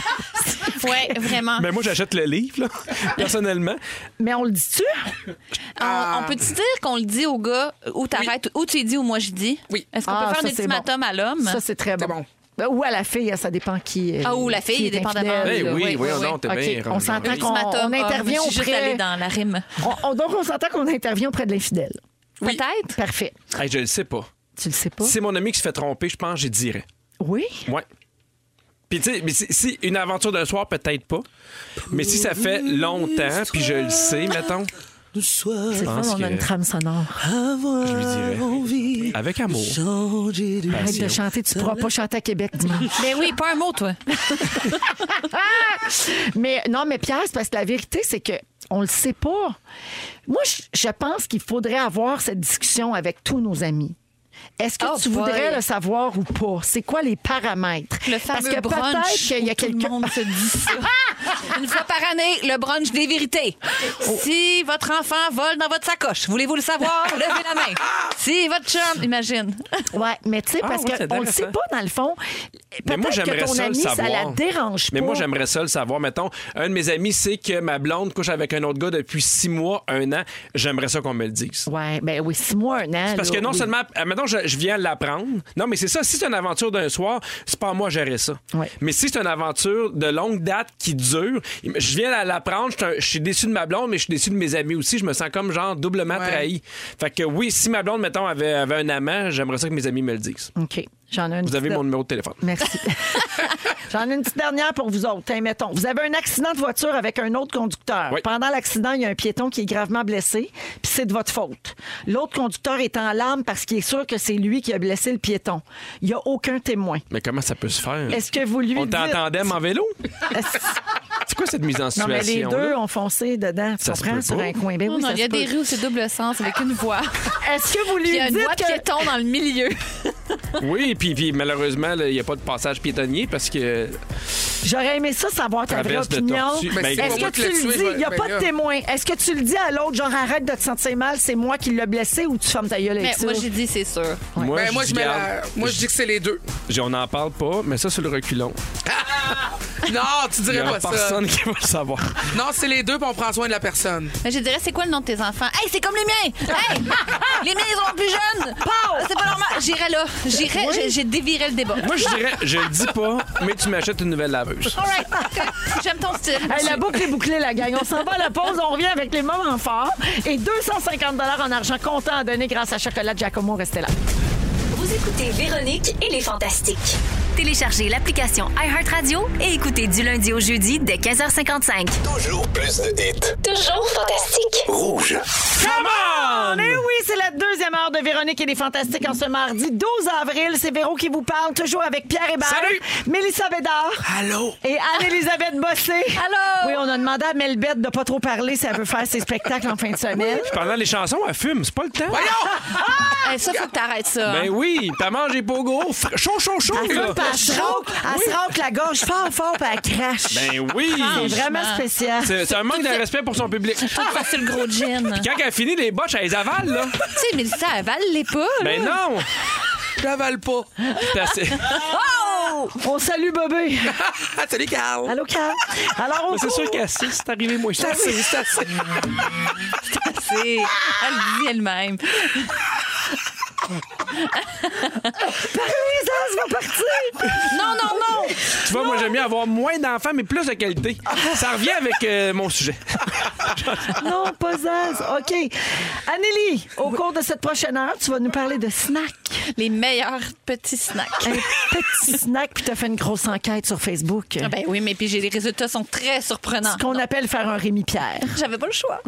Oui, vraiment. Mais moi, j'achète le livre, là, personnellement. Mais on le dit-tu? On, on peut-tu dire qu'on le dit au gars ou t'arrêtes, ou tu y dis ou moi je dis? Oui. Est-ce qu'on Ah, peut faire ça, un c'est ultimatum à l'homme? Ça, c'est très bon. C'est bon. Ben, ou à la fille, ça dépend qui. euh, Ah, ou la qui fille, est dépendamment. infidèle, Eh là. oui, oui, oui, oui, non, oui. t'es OK, bien on rendu. s'entend qu'on Ultimatum, on ah, intervient je suis juste auprès... allée dans la rime. On- on- donc, on s'entend qu'on intervient auprès de l'infidèle. Peut-être. Parfait. Hey, je le sais pas. Tu le sais pas? Si c'est mon ami qui se fait tromper, je pense que j'y dirais. Oui? Ouais. Puis, tu sais, mais si, si une aventure d'un soir, peut-être pas. Mais si ça fait longtemps, puis je le sais, mettons, C'est fun, pense on a que- une trame sonore. je lui dirais. Avec amour. Arrête de chanter, tu pourras pas chanter à Québec dimanche. Mais oui, pas un mot, toi. Mais non, mais Pierre, c'est parce que la vérité, c'est que on le sait pas. Moi, je, je pense qu'il faudrait avoir cette discussion avec tous nos amis. Est-ce que Oh tu boy. voudrais le savoir ou pas? C'est quoi les paramètres? Le Parce fameux que brunch peut-être qu'il y a où tout le quelqu'un... monde se dit ça. Une fois par année, le brunch des vérités. Si votre enfant vole dans votre sacoche, voulez-vous le savoir? Levez la main. Si votre chum... Imagine. Ouais, mais tu sais, Ah, parce ouais, c'est qu'on le sait intéressant. pas, dans le fond. Mais moi, Peut-être que j'aimerais ton ça le ami, ça la savoir. dérange pas. Mais moi, j'aimerais ça le savoir. Mettons, un de mes amis sait que ma blonde couche avec un autre gars depuis six mois, un an. J'aimerais ça qu'on me le dise. Ouais, ben oui, six mois, un an. Parce là, que non oui. seulement, maintenant je, je viens de l'apprendre. Non, mais c'est ça. Si c'est une aventure d'un soir, c'est pas à moi de gérer ça. Ouais. Mais si c'est une aventure de longue date qui dure, je viens de l'apprendre, je suis un- je suis déçu de ma blonde, mais je suis déçu de mes amis aussi. Je me sens comme genre doublement Ouais. trahi. Fait que oui, si ma blonde, mettons, avait, avait un amant, j'aimerais ça que mes amis me le disent. OK. J'en ai une Vous avez petite- mon numéro de téléphone. Merci. J'en ai une petite dernière pour vous autres. Hein, mettons, vous avez un accident de voiture avec un autre conducteur. Oui. Pendant l'accident, il y a un piéton qui est gravement blessé, puis c'est de votre faute. L'autre conducteur est en larmes parce qu'il est sûr que c'est lui qui a blessé le piéton. Il n'y a aucun témoin. Mais comment ça peut se faire? Est-ce que vous lui On dites... t'entendait en vélo? C'est quoi cette mise en Non, situation? mais les deux ont foncé dedans, tu Ça se comprends, peut sur pas. un coin. Ben oui, Non, ça il y a se des peut. rues où c'est double sens avec une voie. Est-ce que vous Il lui y a une dites voie de que... piéton dans le milieu. Oui, puis, puis malheureusement, là, il n'y a pas de passage piétonnier parce que J'aurais aimé ça savoir ta vraie Traverse de opinion. tortue. Ben, Ben, c'est Est-ce pas que moi qui tu l'ai le tué, dis? je- Il n'y a ben pas là. de témoin. Est-ce que tu le dis à l'autre, genre arrête de te sentir mal, c'est moi qui l'ai blessé, ou tu fermes ta gueule avec Mais ça? moi, j'ai dit, c'est sûr. Moi, Ben, moi, je dis, mets garde, la- moi, je dis que c'est les deux. j'ai- on n'en parle pas, mais ça, sur le reculon. Non, tu Il y dirais a pas ça. personne qui va le savoir. Non, c'est les deux, puis on prend soin de la personne. Mais je dirais, c'est quoi le nom de tes enfants? Hey, c'est comme les miens! Hey! Les miens, ils sont plus jeunes! C'est pas normal! J'irais là. J'irais, j'ai, j'ai déviré le débat. Moi, je dirais, je le dis pas, mais tu m'achètes une nouvelle laveuse. All right. OK. J'aime ton style. Hey, la boucle est bouclée, la gang. On s'en va à la pause. On revient avec les moments forts et deux cent cinquante dollars en argent comptant à donner grâce à Chocolat Giacomo. Restez là. Vous écoutez Véronique et les Fantastiques. Téléchargez l'application iHeartRadio et écoutez du lundi au jeudi dès quinze heures cinquante-cinq. Toujours plus de hits. Toujours fantastique. Rouge. Come on! Eh oui, c'est la deuxième heure de Véronique et les Fantastiques en ce mardi douze avril. C'est Véro qui vous parle, toujours avec Pierre Hébert, Salut! Mélissa Bédard Allô? et Anne-Élisabeth Bossé. Allô? Oui, on a demandé à Melbette de pas trop parler si elle veut faire ses spectacles en fin de semaine. Pendant les chansons, elle fume, c'est pas le temps. Voyons! Hey, ça, faut que t'arrêtes ça. Ben oui, t'as mangé pas gros. Fr- Chaud, chaud, chaud, Elle là. fume, puis elle se rauque, elle se rauque la gorge fort, fort, puis elle crache. Ben oui. C'est vraiment spécial. C'est c'est un manque de respect pour son public. Tout ça, c'est le gros gin. Quand elle finit les botches, elle les avale, là. Tu sais, mais ça avale les pas. Ben là. non. J'avale pas. C'est assez- On salue Bobé. Salut, Carl. Allô, Carl? Alors, on C'est court. sûr qu'elle sait, c'est arrivé, moi. C'est assez, c'est assez. C'est... Elle le dit elle-même. Paris-Lisa va partir. Non, non, non! Tu vois, moi, j'aime mieux avoir moins d'enfants, mais plus de qualité. Ça revient avec euh, mon sujet. Non, pas Zaz. OK. Anélie, au cours de cette prochaine heure, tu vas nous parler de snacks. Les meilleurs petits snacks. Un petit snack, puis tu as fait une grosse enquête sur Facebook. Ah ben oui, mais puis j'ai les résultats sont très surprenants. Ce qu'on appelle faire un Rémi-Pierre. J'avais pas le choix.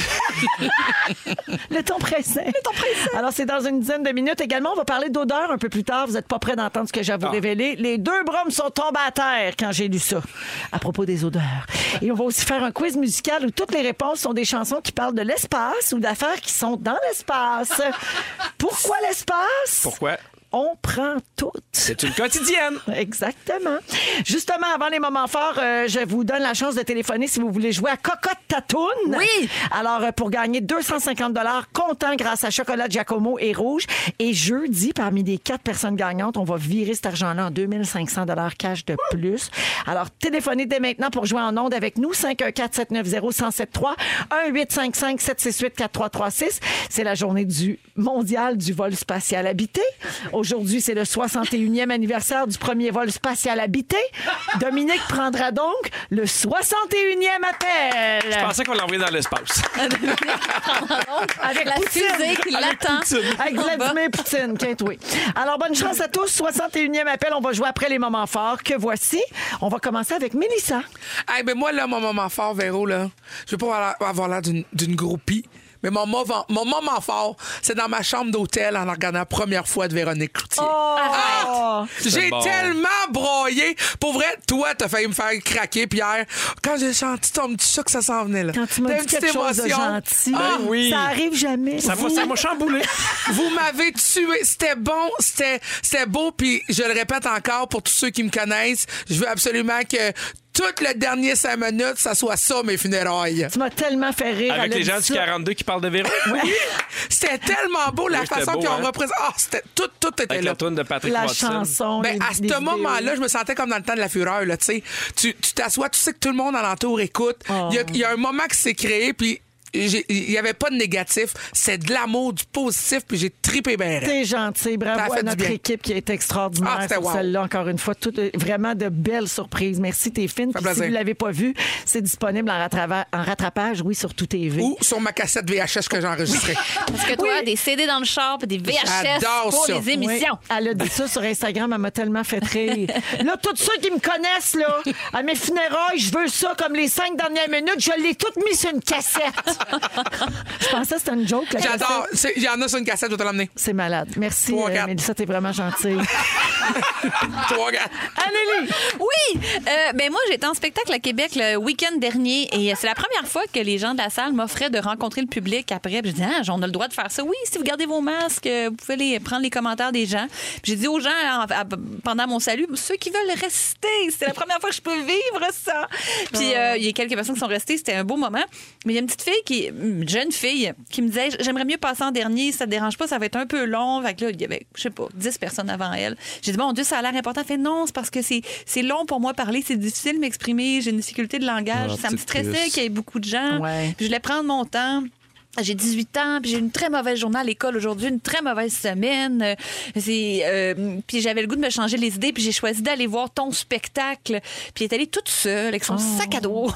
Le ton pressé. Le ton pressé. Alors, c'est dans une dizaine de minutes. Également, on va parler d'odeur un peu plus tard. Vous n'êtes pas prêts d'entendre ce que j'ai à vous révéler. Les deux brumes sont tombés à terre quand j'ai lu ça, à propos des odeurs. Et on va aussi faire un quiz musical où toutes les réponses sont des chansons qui parlent de l'espace ou d'affaires qui sont dans l'espace. Pourquoi l'espace? Pourquoi? On prend toutes. C'est une quotidienne. Exactement. Justement, avant les moments forts, euh, je vous donne la chance de téléphoner si vous voulez jouer à Cocotte Tatoune. Oui. Alors, euh, pour gagner deux cent cinquante dollars comptant grâce à Chocolat Giacomo et Rouge. Et jeudi, parmi les quatre personnes gagnantes, on va virer cet argent-là en deux mille cinq cents dollars cash de plus. Alors, téléphonez dès maintenant pour jouer en ondes avec nous. cinq un quatre, sept neuf zéro, un zéro sept trois, un huit cinq cinq, sept six huit, quatre trois trois six. C'est la journée du mondial du vol spatial habité. Aujourd'hui, c'est le soixante et unième anniversaire du premier vol spatial habité. Dominique prendra donc le soixante et unième appel. Je pensais qu'on l'envoyait dans l'espace. Avec La Poutine. fusée qui l'attend. Avec Vladimir Poutine, quinte, oui. Alors, bonne chance à tous. soixante et unième appel. On va jouer après les moments forts que voici. On va commencer avec Mélissa. Hey, ben moi, là, mon moment fort, Véro, là, je vais pas avoir l'air- avoir l'air d'une, d'une groupie, mais mon moment, mon moment fort, c'est dans ma chambre d'hôtel en regardant la première fois de Véronique Cloutier. Oh! J'ai bon. tellement broyé. Pour vrai, toi, t'as failli me faire craquer, Pierre. Quand j'ai senti ton petit chat que ça s'en venait, là. Quand tu m'as T'as dit une petite quelque chose de émotion. gentil, Ah, oui. ça arrive jamais. Ça m'a ça m'a chamboulé. Vous m'avez tué. C'était bon, c'était, c'était beau, puis je le répète encore pour tous ceux qui me connaissent, je veux absolument que tout le dernier cinq minutes, ça soit ça, mes funérailles. Tu m'as tellement fait rire. Avec Elle a les dit gens du ça. quarante-deux qui parlent de Véro. C'était tellement beau, la Oui, c'était façon beau, qu'ils ont hein? représenté. Ah, c'était tout, tout était Avec là. la toune de Patrick La Watson. chanson. Ben, les- à les ce vidéos. moment-là, je me sentais comme dans le temps de la fureur, là, tu sais. Tu tu t'assois, tu sais que tout le monde alentour écoute. Il y a- il y, a un moment qui s'est créé, puis j'ai- il y avait pas de négatif. C'est de l'amour, du positif, puis j'ai tripé bien raide. T'es gentil. Ça a Bravo fait à du notre bien. équipe qui a été extraordinaire Ah, c'était sur wow. celle-là, encore une fois. Tout, vraiment de belles surprises. Merci, t'es fine. Ça fait Puis si plaisir. vous ne l'avez pas vu, c'est disponible en, rattrava- en rattrapage, oui, sur Tout T V. Ou sur ma cassette V H S que j'ai enregistrée. Parce que toi, des C D dans le char puis des V H S J'adore pour ça. les émissions. Oui, elle a dit ça sur Instagram, elle m'a tellement fait rire. Là, tous ceux qui me connaissent, là, à mes funérailles, je veux ça comme les cinq dernières minutes, je l'ai toute mis sur une cassette. Je pensais que c'était une joke, la J'adore. cassette. C'est- Il y en a sur une cassette, je vais te l'emmener. C'est malade. Merci, Trois, euh, quatre. Mélissa, t'es vraiment gentille. Trois gars. Anneli! Oui! Euh, ben moi, j'étais en spectacle à Québec le week-end dernier et c'est la première fois que les gens de la salle m'offraient de rencontrer le public après. Puis je dis, ah, on a le droit de faire ça. Oui, si vous gardez vos masques, vous pouvez les, prendre les commentaires des gens. Puis j'ai dit aux gens en, à, pendant mon salut, ceux qui veulent rester, c'est la première fois que je peux vivre ça. Puis euh, il y a quelques personnes qui sont restées, c'était un beau moment. Mais il y a une petite fille, qui, une jeune fille, qui me disait, j'aimerais mieux passer en dernier, si ça te dérange pas, ça va être un peu long. Fait que là, il y avait, je sais pas, dix personnes avant elle. J'ai dit, mon Dieu, ça a l'air important. Elle fait non, c'est parce que c'est, c'est long pour moi parler, c'est difficile de m'exprimer, j'ai une difficulté de langage. Ah, ça me stressait qu'il y ait beaucoup de gens. Ouais. Puis je voulais prendre mon temps. J'ai dixhuit ans, puis j'ai une très mauvaise journée à l'école aujourd'hui, une très mauvaise semaine. Euh, C'est, euh, puis j'avais le goût de me changer les idées, puis j'ai choisi d'aller voir ton spectacle. Puis elle est allée toute seule avec son Oh. sac à dos.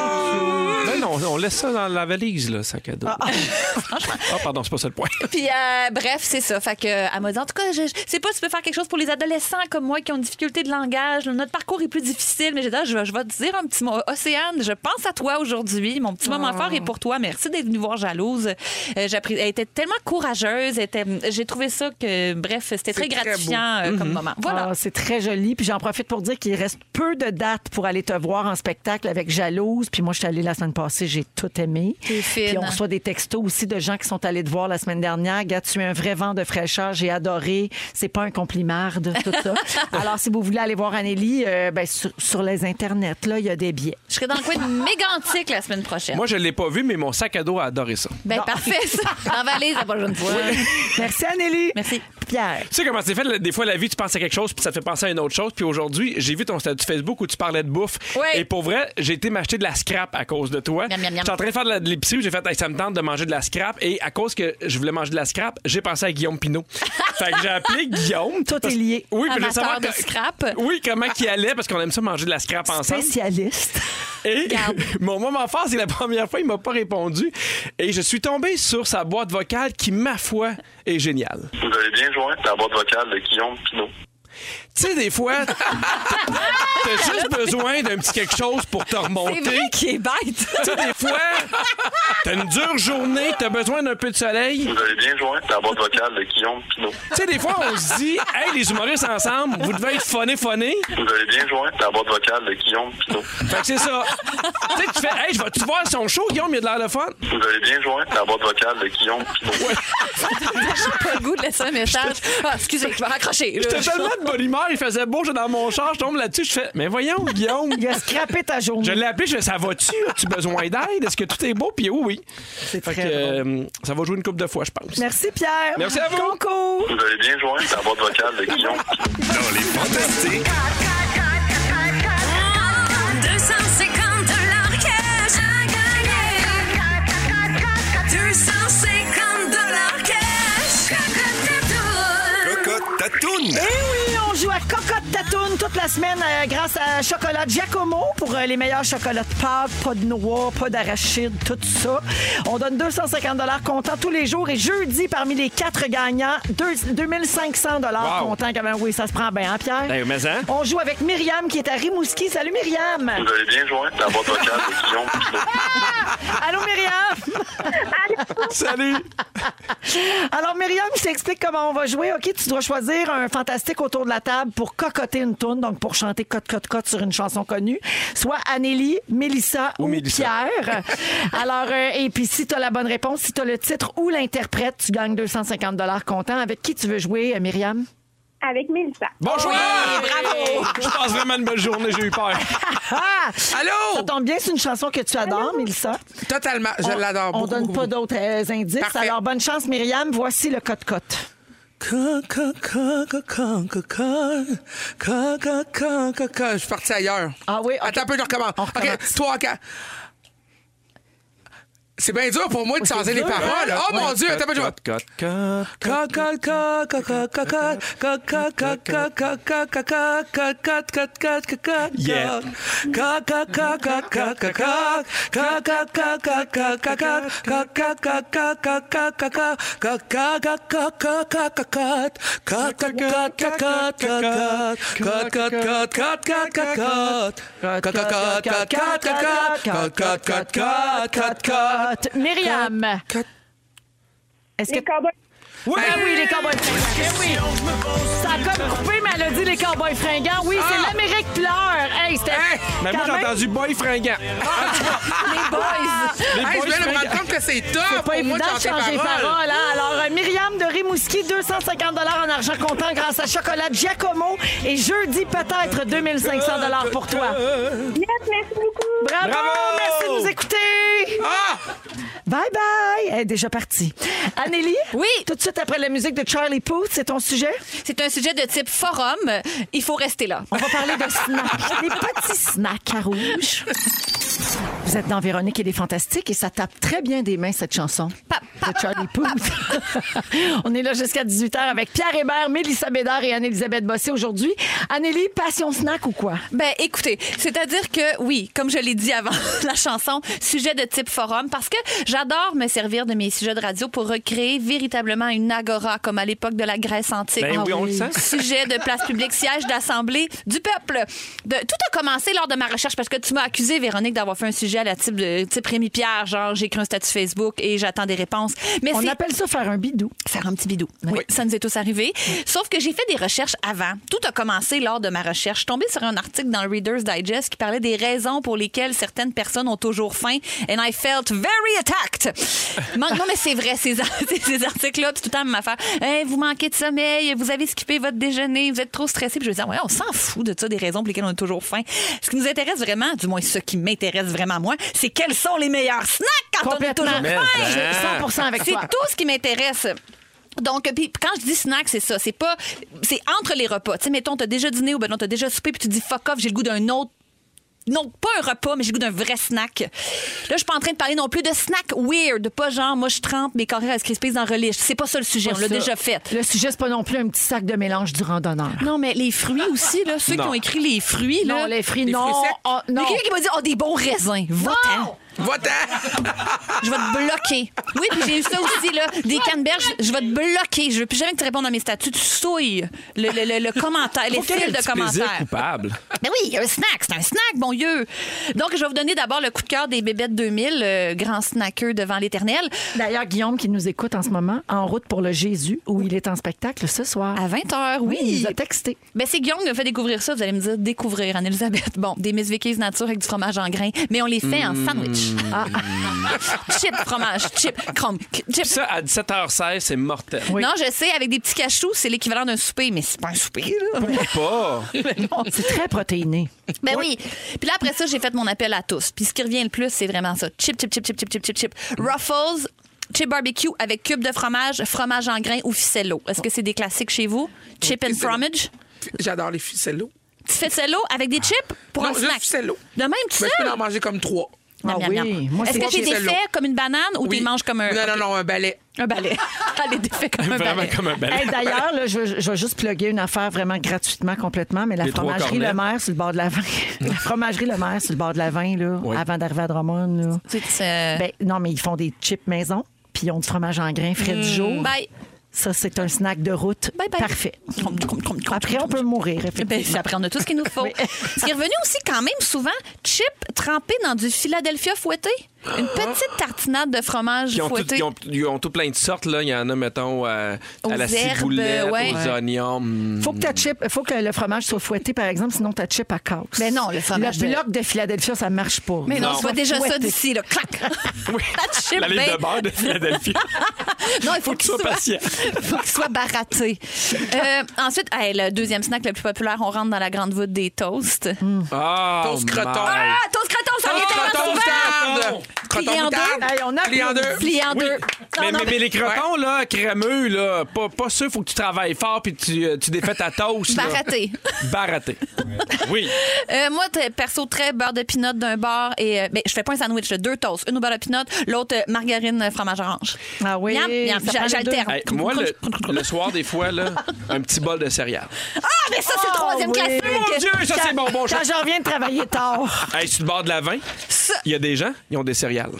Ben non, on laisse ça dans la valise, là, sac à dos. Ah, Franchement. pardon, c'est pas ça le point. Puis euh, bref, c'est ça. Fait que elle m'a dit, en tout cas, je, je sais pas si tu peux faire quelque chose pour les adolescents comme moi qui ont une difficulté de langage. Notre parcours est plus difficile, mais j'ai dit, ah, je, vais, je vais te dire un petit mot. Océane, je pense à toi aujourd'hui. Mon petit moment fort est pour toi. Merci d'être venue voir Jalouse. Euh, elle était tellement courageuse. Elle était, j'ai trouvé ça que, bref, c'était très, C'est très gratifiant euh, comme moment. Voilà. Ah, c'est très joli. Puis j'en profite pour dire qu'il reste peu de dates pour aller te voir en spectacle avec Jalouse. Puis moi, je suis allée la semaine passée, j'ai tout aimé. T'es fine. Puis on reçoit des textos aussi de gens qui sont allés te voir la semaine dernière. Gars, tu es un vrai vent de fraîcheur, j'ai adoré. C'est pas un complimarde, tout ça. Alors, si vous voulez aller voir Anneli, euh, ben, sur, sur les internets, là, il y a des billets. Je serai dans le coin de Mégantic la semaine prochaine. Moi, je l'ai pas vu, mais mon sac à dos a adoré ça. Ben, parfait, ça. En valise la prochaine fois. Merci, Anneli. Merci. Pierre. Tu sais comment c'est fait, là, des fois, la vie, tu penses à quelque chose, puis ça te fait penser à une autre chose. Puis aujourd'hui, j'ai vu ton statut Facebook où tu parlais de bouffe. Oui. Et pour vrai, j'ai été m'acheter de la scrap à cause de toi. Miam, miam, miam. J'étais en train de faire de, la- de l'épicerie, j'ai fait, hey, ça me tente de manger de la scrap. Et à cause que je voulais manger de la scrap, j'ai pensé à Guillaume Pinot. Fait que j'ai appelé Guillaume. Tout parce- est lié. Oui, puis je voulais Amateur savoir de que- scrap. Oui, comment il allait, parce qu'on aime ça manger de la scrap ensemble. Spécialiste. Et mon moment fort, c'est la première fois, il m'a pas répondu. Et je suis tombé sur sa boîte vocale qui, ma foi, est géniale. Vous avez bien joint la boîte vocale de Guillaume Pinot. Tu sais, des fois, t'as juste besoin d'un petit quelque chose pour te C'est remonter. vrai qu'il est bête. Tu sais, des fois, t'as une dure journée, t'as besoin d'un peu de soleil. Vous avez bien joint la boîte vocale de Guillaume Pinot. Tu sais, des fois, on se dit, hey, les humoristes ensemble, vous devez être funny, funny. Vous avez bien joint la boîte vocale de Guillaume Pinot. Fait que c'est ça. Tu sais, tu fais, hey, je vais-tu voir son show, Guillaume, il a de l'air de fun. Vous avez bien joint la boîte vocale de Guillaume Pinot. J'ai pas le goût de laisser un message. Ah, excusez, je vais raccrocher. là. J'étais tellement de bonne humeur, il faisait beau, j'étais dans mon char, je tombe là-dessus, je fais, mais voyons, Guillaume. Il a scrappé ta journée. Je l'ai appelé, je fais, ça va-tu? As-tu besoin d'aide? Est-ce que tout est beau? Puis oui, oui. C'est Fait très que, drôle. euh, ça va jouer une couple de fois, je pense. Merci, Pierre. Merci à vous. Concours. Vous avez bien joint la boîte vocale de Guillaume Pinot. Dans les fantastiques. deux cent cinquante dollars cash à gagner. deux cent cinquante dollars cash. Cocotte Tatoune. Eh oui, on joue à Cocotte Tatoune toute la semaine euh, grâce à Chocolat Giacomo pour euh, les meilleurs chocolats de pâte, pas de noix, pas d'arachide, tout ça. On donne deux cent cinquante dollars comptant tous les jours et jeudi, parmi les quatre gagnants, deux mille cinq cents dollars Wow. comptant quand même. Oui, ça se prend bien, hein, Pierre? Ben, mais hein? On joue avec Myriam qui est à Rimouski. Salut, Myriam! Vous avez bien joint la boîte vocale de Guillaume Pinot. Allô, Myriam! Salut! Alors, Myriam, je t'explique comment on va jouer. OK, tu dois choisir un fantastique autour de la table pour cocoter une toune, donc pour chanter cote, cote, cote sur une chanson connue. Soit Anneli, Mélissa ou, Ou Mélissa. Pierre. Alors, euh, et puis si tu as la bonne réponse, si tu as le titre ou l'interprète, tu gagnes deux cent cinquante dollars comptant. Avec qui tu veux jouer, euh, Myriam? Avec Mélissa. Bonjour! bravo! Je passe vraiment une belle journée, j'ai eu peur. Ah! Ça Allô? tombe bien, c'est une chanson que tu adores, Mélissa. Totalement. Je l'adore On beaucoup. donne beaucoup, pas beaucoup. d'autres euh, indices. Parfait. Alors, bonne chance, Myriam. Voici le code-cote. Je suis parti ailleurs. Ah oui, OK. Attends un peu, je recommence. On recommence. OK, trois, quatre. C'est bien dur pour moi de changer les dur, paroles. hein? Oh mon Dieu, attends un peu, je vais- Yeah. Myriam. Est-ce que... Les cowboys. Oui! Ah oui, les cowboys. Eh oui. Ça a comme coupé, mais elle a dit les cowboys fringants. Oui, c'est Ah! l'Amérique pleure. Hey, c'était. Hey! Mais moi, quand j'ai même- entendu boy fringant. Les boys. Les Hey, boys je viens de me fringants. rendre compte que c'est top C'est pas pour évident moi de de chanter changer les paroles. paroles. Hein? Alors, euh, Myriam de Rimouski, deux cent cinquante dollars en argent comptant grâce à Chocolat Giacomo. Et jeudi, peut-être deux mille cinq cents dollars pour toi. Yes, merci beaucoup. Bravo! Bravo! Merci de nous écouter! Ah! Bye bye! Elle est déjà partie. Anneli? Oui. Tout de suite après la musique de Charlie Puth, c'est ton sujet? C'est un sujet de type forum. Il faut rester là. On va parler de snacks. Des petits snacks à rouge. Vous êtes dans Véronique et les Fantastiques et ça tape très bien des mains, cette chanson Pa, pa, de Charlie Puth. On est là jusqu'à dix-huit heures avec Pierre Hébert, Mélissa Bédard et Anne-Élisabeth Bossé aujourd'hui. Anneli, passion snack ou quoi? Ben, écoutez, c'est-à-dire que, oui, comme je l'ai dit avant la chanson, sujet de type forum, parce que j'adore me servir de mes sujets de radio pour recréer véritablement une agora, comme à l'époque de la Grèce antique. Ben oui, on le sent. Sujet de place publique, siège d'assemblée du peuple. De, tout a commencé lors de ma recherche, parce que tu m'as accusé, Véronique, d'avoir fait un sujet à la type, de, type Rémi Pierre, genre j'ai écrit un statut Facebook et j'attends des réponses. Mais On c'est appelle ça faire un bidou. faire un petit bidou. Oui, ça nous est tous arrivé. Sauf que j'ai fait des recherches avant. Tout a commencé lors de ma recherche. Je suis tombée sur un article dans le Reader's Digest qui parlait des raisons pour lesquelles certaines personnes ont toujours faim. And I felt very attacked. non, non, mais c'est vrai, ces, ces articles-là, tout le temps, ma affaire. Hey, vous manquez de sommeil, vous avez skippé votre déjeuner, vous êtes trop stressé. Puis je me disais, ouais, on s'en fout de ça, des raisons pour lesquelles on a toujours faim. Ce qui nous intéresse vraiment, du moins ce qui m'intéresse vraiment moi, c'est quels sont les meilleurs snacks quand on est Complètement. toujours Mais, faim. hein. Je suis cent pour cent avec C'est toi. tout ce qui m'intéresse. Donc, puis quand je dis snack, c'est ça. C'est pas. C'est entre les repas. Tu sais, mettons, t'as déjà dîné ou ben non, t'as déjà soupé, puis tu dis fuck off, j'ai le goût d'un autre. Non, pas un repas, mais j'ai le goût d'un vrai snack. Là, je suis pas en train de parler non plus de snack weird. Pas genre, moi, je trempe mes carrés à Crispies dans relish. C'est pas ça le sujet. On l'a Ça. déjà fait. Le sujet, c'est pas non plus un petit sac de mélange du randonneur. Non, mais les fruits aussi, là. Ceux Non. qui ont écrit les fruits, là. Non, les fruits, Les non. fruits secs? Oh, Il y non. a quelqu'un qui m'a dit, oh, des bons raisins. Va-t'en. Va-t'en! Je vais te bloquer. Oui, puis j'ai eu ça aussi, là. Des canneberges, je vais te bloquer. Je veux plus jamais que tu répondes à mes statuts. Tu souilles le, le, le, le commentaire, les Faut qu'il y ait fils un de petit plaisir commentaires. coupable. Ben oui, un snack, c'est un snack, bon Dieu. Donc, je vais vous donner d'abord le coup de cœur des Bébêtes deux mille, euh, grand snacker devant l'éternel. D'ailleurs, Guillaume, qui nous écoute en ce moment, en route pour le Jésus, où il est en spectacle ce soir. À vingt heures, oui. Oui, il nous a texté. Ben, c'est Guillaume qui m'a fait découvrir ça. Vous allez me dire découvrir, Anne-Elisabeth. Bon, des Miss Vicky's nature avec du fromage en grains, mais on les fait en sandwich. Ah. Chip, fromage, chip, crumb, chip. Ça, à dix-sept heures seize, c'est mortel. Oui. Non, je sais, avec des petits cachous, c'est l'équivalent d'un souper, mais c'est pas un souper, là. Pas. C'est très protéiné. Ben oui. Puis là, après ça, j'ai fait mon appel à tous. Puis ce qui revient le plus, c'est vraiment ça. Chip, chip, chip, chip, chip, chip, chip, chip. Ruffles, chip barbecue avec cube de fromage, fromage en grains ou ficello. Est-ce que c'est des classiques chez vous? Chip and Ficello. fromage? J'adore les ficellos. Tu fais ficello avec des chips pour Non, un juste snack? ficello. De même, tout Mais seul? je peux en manger comme trois. Ah Miam, miam, oui. miam. Moi, Est-ce c'est que tu les ficello. défais comme une banane ou tu Oui. les manges comme un... Non, non, OK. non, un balai. Un balai. Elle les défait comme un Vraiment balai. comme un balai. Hey, d'ailleurs, là, je, veux- je vais juste plugger une affaire vraiment gratuitement, complètement, mais la Les trois fromagerie cornets. Le Maire sur le bord de la vingt. La fromagerie Le Maire sur le bord de la vingt, là, Oui. avant d'arriver à Drummond. Là. C'est, c'est- Ben, non, mais ils font des chips maison, puis ils ont du fromage en grains frais du jour. Bye. Ça, c'est un snack de route. Bye, bye. Parfait. Crom, crom, crom, crom, Après, on crom, peut mourir, Ben, effectivement. après, on a tout ce qu'il nous faut. Ce qui est revenu aussi quand même souvent, chips trempés dans du Philadelphia fouetté. Une petite tartinade de fromage Ils ont, tout, fouetté. ils, ont, ils ont tout plein de sortes. Là. Il y en a, mettons, euh, Aux à la herbes, ciboulette, ouais. aux Ouais. oignons. mm. Faut que ta chip, faut que le fromage soit fouetté, par exemple, sinon ta chip à casse. Mais non, le fromage Le de- bloc de Philadelphia, ça marche pas. Mais non, Non. tu vois déjà ça Fouetté. d'ici, là. Clac! Oui. La chip, La livre ben- de beurre de Philadelphie. Non, il faut qu'il sois soit, patient. faut qu'il soit baratté. Euh, ensuite, hey, le deuxième snack le plus populaire, on rentre dans la grande voûte des toasts. Oh, Toast croton. my. Ah, toast croton, ça vient tellement Croton souvent! moutarde. Plié Croton en moutarde. Hey, on a Plié en deux. Plié en Oui. deux. Mais, Non, non, mais, mais les crotons, là, crémeux, là, pas, pas ceux, faut que tu travailles fort puis tu, euh, tu défais ta toast. là. Baraté. Baraté. Oui. Euh, moi, t- perso, très beurre de pinot d'un bar et euh, ben, je fais pas un sandwich, là, deux toasts, une au beurre de pinot, l'autre euh, margarine euh, fromage orange. Ah oui, Miam, miam, ça j'a- prend les deux. j'alterne. Hey, moi, le, le soir, des fois, là, un petit bol de céréales. Ah, mais ça, c'est le Oh, troisième oui. classique. Mon Dieu, ça, c'est bon, bon. Quand je reviens de travailler tard. Hey, sur le bord de la vingt, Ça- il y a des gens, ils ont des céréales.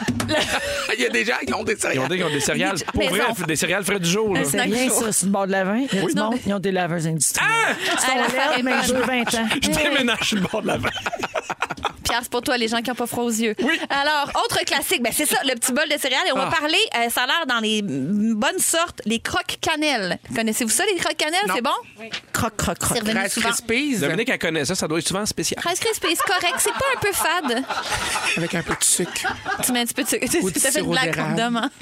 Il y a des gens qui ont des Ils ont céréales. des, ils ont des céréales. Pour Mais vrai, non. des céréales frais du jour. Là. Un C'est snack bien chaud. ça, sur le bord de la vingt. Il y a du Non. monde, ils ont des laveurs industriels. Ah! Ah, la Ils sont farine laides, mais bonne. je veux vingt ans. Je déménage sur le bord de la vingt. Puis Pierre, c'est pour toi, les gens qui n'ont pas froid aux yeux. Oui. Alors, autre classique, ben c'est ça, le petit bol de céréales. Et on Ah. va parler, euh, ça a l'air dans les bonnes sortes, les croques-cannelles. Connaissez-vous ça, les croques-cannelles? Non. C'est bon? Croc, croc, croc. C'est revenu Rice souvent. Krispies Dominique, elle connaît ça, ça doit être souvent spécial. Rice Krispies, c'est correct. C'est pas un peu fade. avec un peu de sucre. Tu mets un petit peu de sucre. Ou du Tu t'as fait une sirop blague, d'érable. Dom, hein?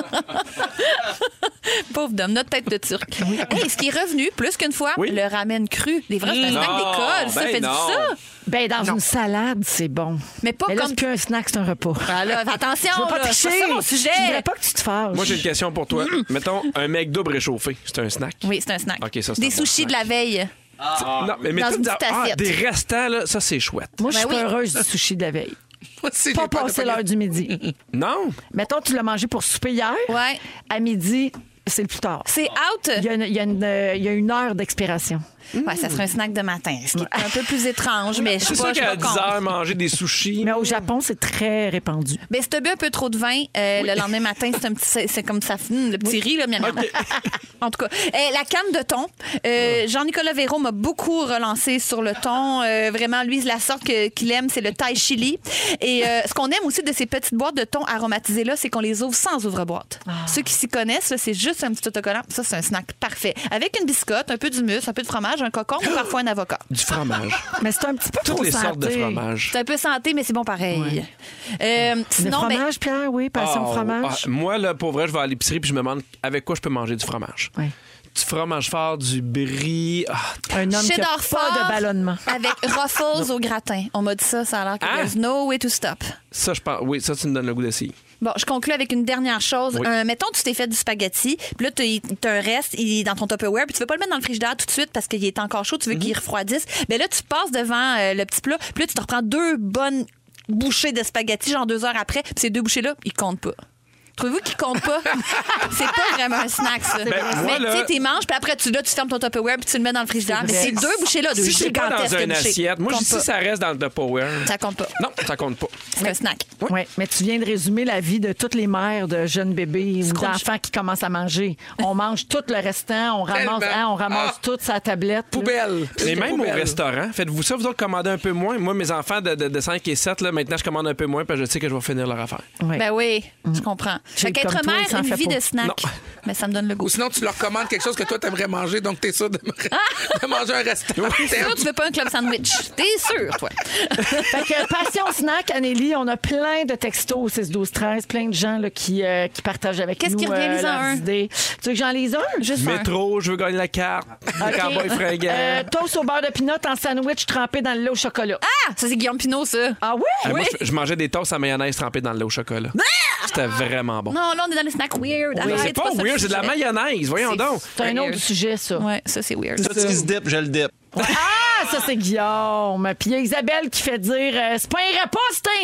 Pauvre Dom, notre tête de turc. Hey, ce qui est revenu plus qu'une fois, Oui. le ramen cru. Les vrais, c'est un snack Non, d'école. Ça, ben fait non. ça. Ben, dans une salade, c'est bon. Mais pas Mais là, comme. c'est plus un snack, c'est un repas. Ah là, attention, Je veux pas là, c'est tricher. pas ça mon sujet. Je voudrais pas que tu te fâches. Moi, j'ai une question pour toi. Mettons, un McDo réchauffé, c'est un snack? Oui, c'est un snack. OK, ça, c'est Des un bon sushis snack. de la veille. Non, mais, mais Dans tout une dans- petite ah, assiette. des restants, là, ça, c'est chouette. Moi, je suis Ben oui. pas heureuse du sushi de la veille. Moi aussi, Pas j'ai peur de passer pas l'heure du midi. Non? Mettons, tu l'as mangé pour souper hier. Ouais. À midi, c'est le plus tard. C'est out. Il y a une, il y a une, euh, il y a une heure d'expiration. Ouais, ça serait un snack de matin. Ce qui est un peu plus étrange, mais je C'est suis pas, sûr je suis qu'à pas dix contre. heures, manger des sushis. Mais au Japon, c'est très répandu. Ben, si t'as bu un peu trop de vin, euh, le lendemain matin, c'est un petit, c'est, c'est comme ça, hum, le petit riz, là, miam, miam. En tout cas, euh, la canne de thon. Euh, Jean-Nicolas Véraud m'a beaucoup relancé sur le thon. Euh, vraiment, lui, la sorte que- qu'il aime, c'est le Thai chili. Et euh, ce qu'on aime aussi de ces petites boîtes de thon aromatisées là, c'est qu'on les ouvre sans ouvre-boîte. Ceux qui s'y connaissent, là, c'est juste un petit autocollant. Ça, c'est un snack parfait. Avec une biscotte, un peu d'humus, un peu de fromage, un cocon ou parfois un avocat. Du fromage. Mais c'est un petit peu Toutes trop les sortes de santé. fromage. C'est un peu santé, mais c'est bon pareil. Euh, Le sinon, ben, fromage, Pierre, oui, passion Ah, fromage. ah, moi, là, pour vrai, je vais à l'épicerie puis je me demande avec quoi je peux manger du fromage. Oui. Du fromage fort, du brie. Ah, Un homme qui cheddar a pas fort de ballonnement. avec Ruffles au gratin. On m'a dit ça, ça a l'air que Hein? there's no way to stop. ça, je pense. Oui, ça, tu me donnes le goût d'essayer. Bon, je conclue avec une dernière chose. Oui. Un- mettons, tu t'es fait du spaghetti, puis là, tu as un reste il est dans ton Tupperware, puis tu veux pas le mettre dans le frigidaire tout de suite parce qu'il est encore chaud, tu veux qu'il refroidisse. Mais là, tu passes devant euh, le petit plat, puis là, tu te reprends deux bonnes bouchées de spaghetti, genre deux heures après, puis ces deux bouchées-là, ils comptent pas. Trouvez-vous qu'ils comptent pas? C'est pas vraiment un snack, ça. Ben, moi, mais tu là- sais, tu manges, puis après, tu, là, tu fermes ton Tupperware, puis tu le mets dans le frigidaire. Mais vrai. ces deux bouchées-là, deux Si c'est pas gigantesques dans une bouchées, assiette, moi, je comptent dis si pas. ça reste dans le Tupperware. Ça compte pas. Non, ça compte pas. C'est un snack. Oui, mais tu viens de résumer la vie de toutes les mères de jeunes bébés ou Scrunch. d'enfants qui commencent à manger. On mange tout le restant, on ramasse, Tellement. hein, on ramasse Ah. tout sa tablette. là. Poubelle. Mais même au Poubelle. restaurant, faites-vous ça, vous autres commandez un peu moins. Moi, mes enfants de, de, de cinq et sept, là, maintenant, je commande un peu moins parce que je sais que je vais finir leur affaire. Oui. Ben oui, je comprends. Fait J'ai qu'être comme toi, il mère, s'en une fait vie pas. de snack. Non. Mais ça me donne le goût. Ou sinon, tu leur commandes quelque chose que toi, t'aimerais manger, donc t'es sûr de, de manger un restaurant. T'es sûr que tu veux pas un club sandwich? T'es sûr, toi? Fait que passion snack, Anneli, on a plein de textos au six douze treize, plein de gens là, qui, euh, qui partagent avec Qu'est-ce nous qui revient, euh, lisez leurs un? idées. Tu veux que j'en lise un? Juste un. Métro, je veux gagner la carte. Le OK. cowboy fringant. Euh, toast au beurre de pinot en sandwich trempé dans le lait au chocolat. Ah! Ça, c'est Guillaume Pinot, ça. Ah oui? Ah, moi, je, je mangeais des toasts à mayonnaise trempés dans le lait au chocolat. C'était vraiment bon. Non, là, on est dans les snacks weird. Mais Arrête, c'est pas ça le weird, c'est de la sujet. mayonnaise. Voyons C'est- donc. C'est un weird. autre sujet, ça. Ouais, ça, c'est weird. Tout ce qui se dip, je le dip. Ah, ça, c'est Guillaume. Puis il y a Isabelle qui fait dire euh, c'est pas un repas, c'est un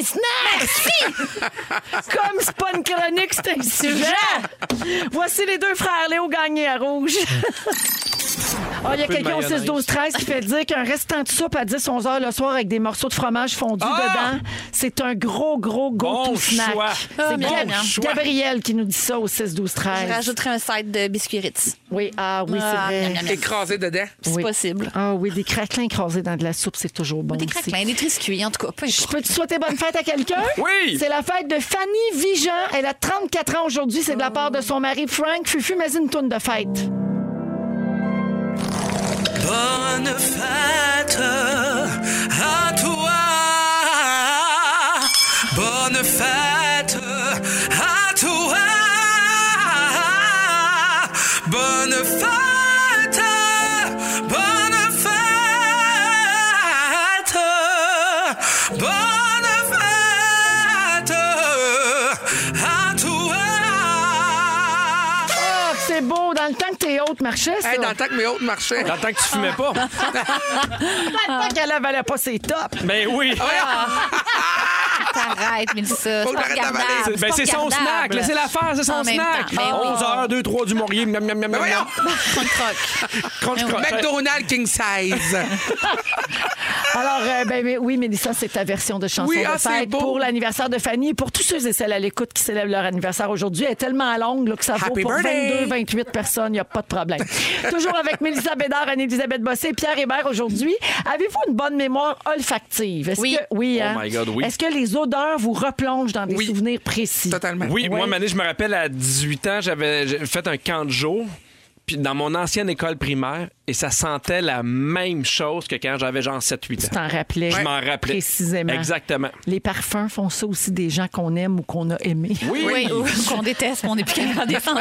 snack! Comme c'est pas une chronique, c'est un sujet. Voici les deux frères Léo Gagné à Rouge. Ah, il y a peu de quelqu'un au mayonnaise. six douze treize qui fait dire qu'un restant de soupe à dix onze heures le soir avec des morceaux de fromage fondus Ah! dedans, c'est un gros, gros go-to Bon snack. choix. Ah, C'est mais Gab- bien. Gabriel qui nous dit ça au six douze Je treize. rajouterais un side de biscuits Ritz. Oui, ah oui, Ah, c'est vrai. miam, miam, miam. Écrasé dedans. C'est Oui. possible. Ah oui, des craquelins écrasés dans de la soupe, c'est toujours bon. Des aussi. craquelins, des triscuits, en tout cas. Peu Je importe. peux te souhaiter bonne fête à quelqu'un? Oui! C'est la fête de Fanny Vigeant. Elle a trente-quatre ans aujourd'hui. C'est de la part de son mari Frank. Fufu, mais une toune de fête. Bonne fête à toi. Bonne fête à toi. Bonne fête. Bonne fête. Bonne fête à toi. Oh, que c'est beau. Dans le temps que tes hôtes marchaient, ça. Hey, dans le temps que mes autres marchaient. Dans le temps que tu fumais pas. Dans le temps qu'elle avalait pas ses tops. Ben oui. Ta Arrête, mais ça. Faut que t'arrêtes d'avaler. C'est, ben, pas c'est son regardable. snack, laissez-la faire, c'est son En même snack. temps, ben oui. onze heures, deux, trois du Maurier. Miam, miam, miam, Mais miam, voyons! miam. Croque, croque. Crunch, crunch. McDonald's King Size. Alors, euh, ben, mais oui, Mélissa, c'est ta version de chanson Oui, de ah, c'est fête beau. pour l'anniversaire de Fanny. Et pour tous ceux et celles à l'écoute qui célèbrent leur anniversaire aujourd'hui, elle est tellement longue là, que ça vaut Happy pour birthday! vingt-deux, vingt-huit personnes. Il n'y a pas de problème. Toujours avec Mélissa Bédard, Anne-Élisabeth Bossé et Pierre Hébert aujourd'hui. Avez-vous une bonne mémoire olfactive? Est-ce Oui. Que, oui, hein? Oh my God, oui. Est-ce que les odeurs vous replongent dans des Oui. souvenirs précis? Totalement. Oui, Ouais. moi, Mané, je me rappelle, à dix-huit ans, j'avais j'ai fait un camp de jour. Puis dans mon ancienne école primaire, et ça sentait la même chose que quand j'avais genre sept huit Tu ans. t'en rappelais? Je m'en rappelais. Précisément. Exactement. Les parfums font ça aussi des gens qu'on aime ou qu'on a aimés. Oui, Oui, ou qu'on déteste, mais on n'est plus capable de défendre.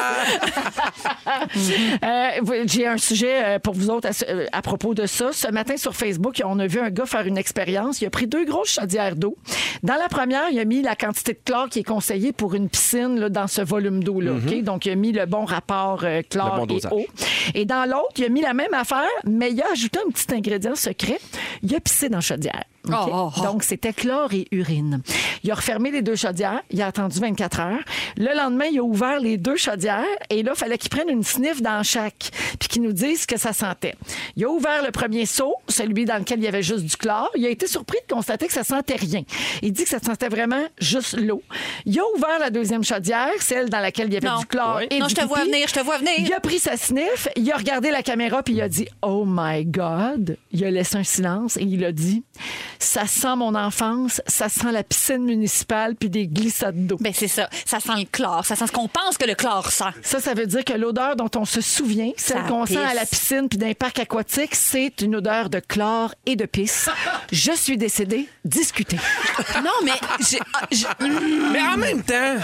Euh, J'ai un sujet euh, pour vous autres à, ce- euh, à propos de ça. Ce matin, sur Facebook, on a vu un gars faire une expérience. Il a pris deux grosses chaudières d'eau. Dans la première, il a mis la quantité de chlore qui est conseillée pour une piscine là, dans ce volume d'eau-là. OK? Donc, il a mis le bon rapport euh, chlore Le bon et dosage. eau. Et dans l'autre, il a mis la même affaire, mais il a ajouté un petit ingrédient secret. Il a pissé dans la chaudière. OK? Oh, oh, oh. Donc, c'était chlore et urine. Il a refermé les deux chaudières. Il a attendu vingt-quatre heures. Le lendemain, il a ouvert les deux chaudières. Et là, il fallait qu'il prenne une sniff dans chaque, puis qu'il nous dise ce que ça sentait. Il a ouvert le premier seau, celui dans lequel il y avait juste du chlore. Il a été surpris de constater que ça sentait rien. Il dit que ça sentait vraiment juste l'eau. Il a ouvert la deuxième chaudière, celle dans laquelle il y avait Non. du chlore Oui. et Non, du je te vois pipi. venir, je te vois venir. Il a pris sa sniff, il a regardé la caméra puis il a dit « Oh my God ». Il a laissé un silence et il a dit « Ça sent mon enfance, ça sent la piscine municipale puis des glissades d'eau ». Ben c'est ça. Ça sent le chlore. Ça sent ce qu'on pense que le chlore sent. Ça, ça veut dire que l'odeur dont on se souvient, celle Ça qu'on sent à pisse. la piscine puis d'un parc aquatique, c'est une odeur de chlore et de pisse. Je suis décédée. Discutez. Non, mais j'ai- ah, j'ai- Mais en même temps,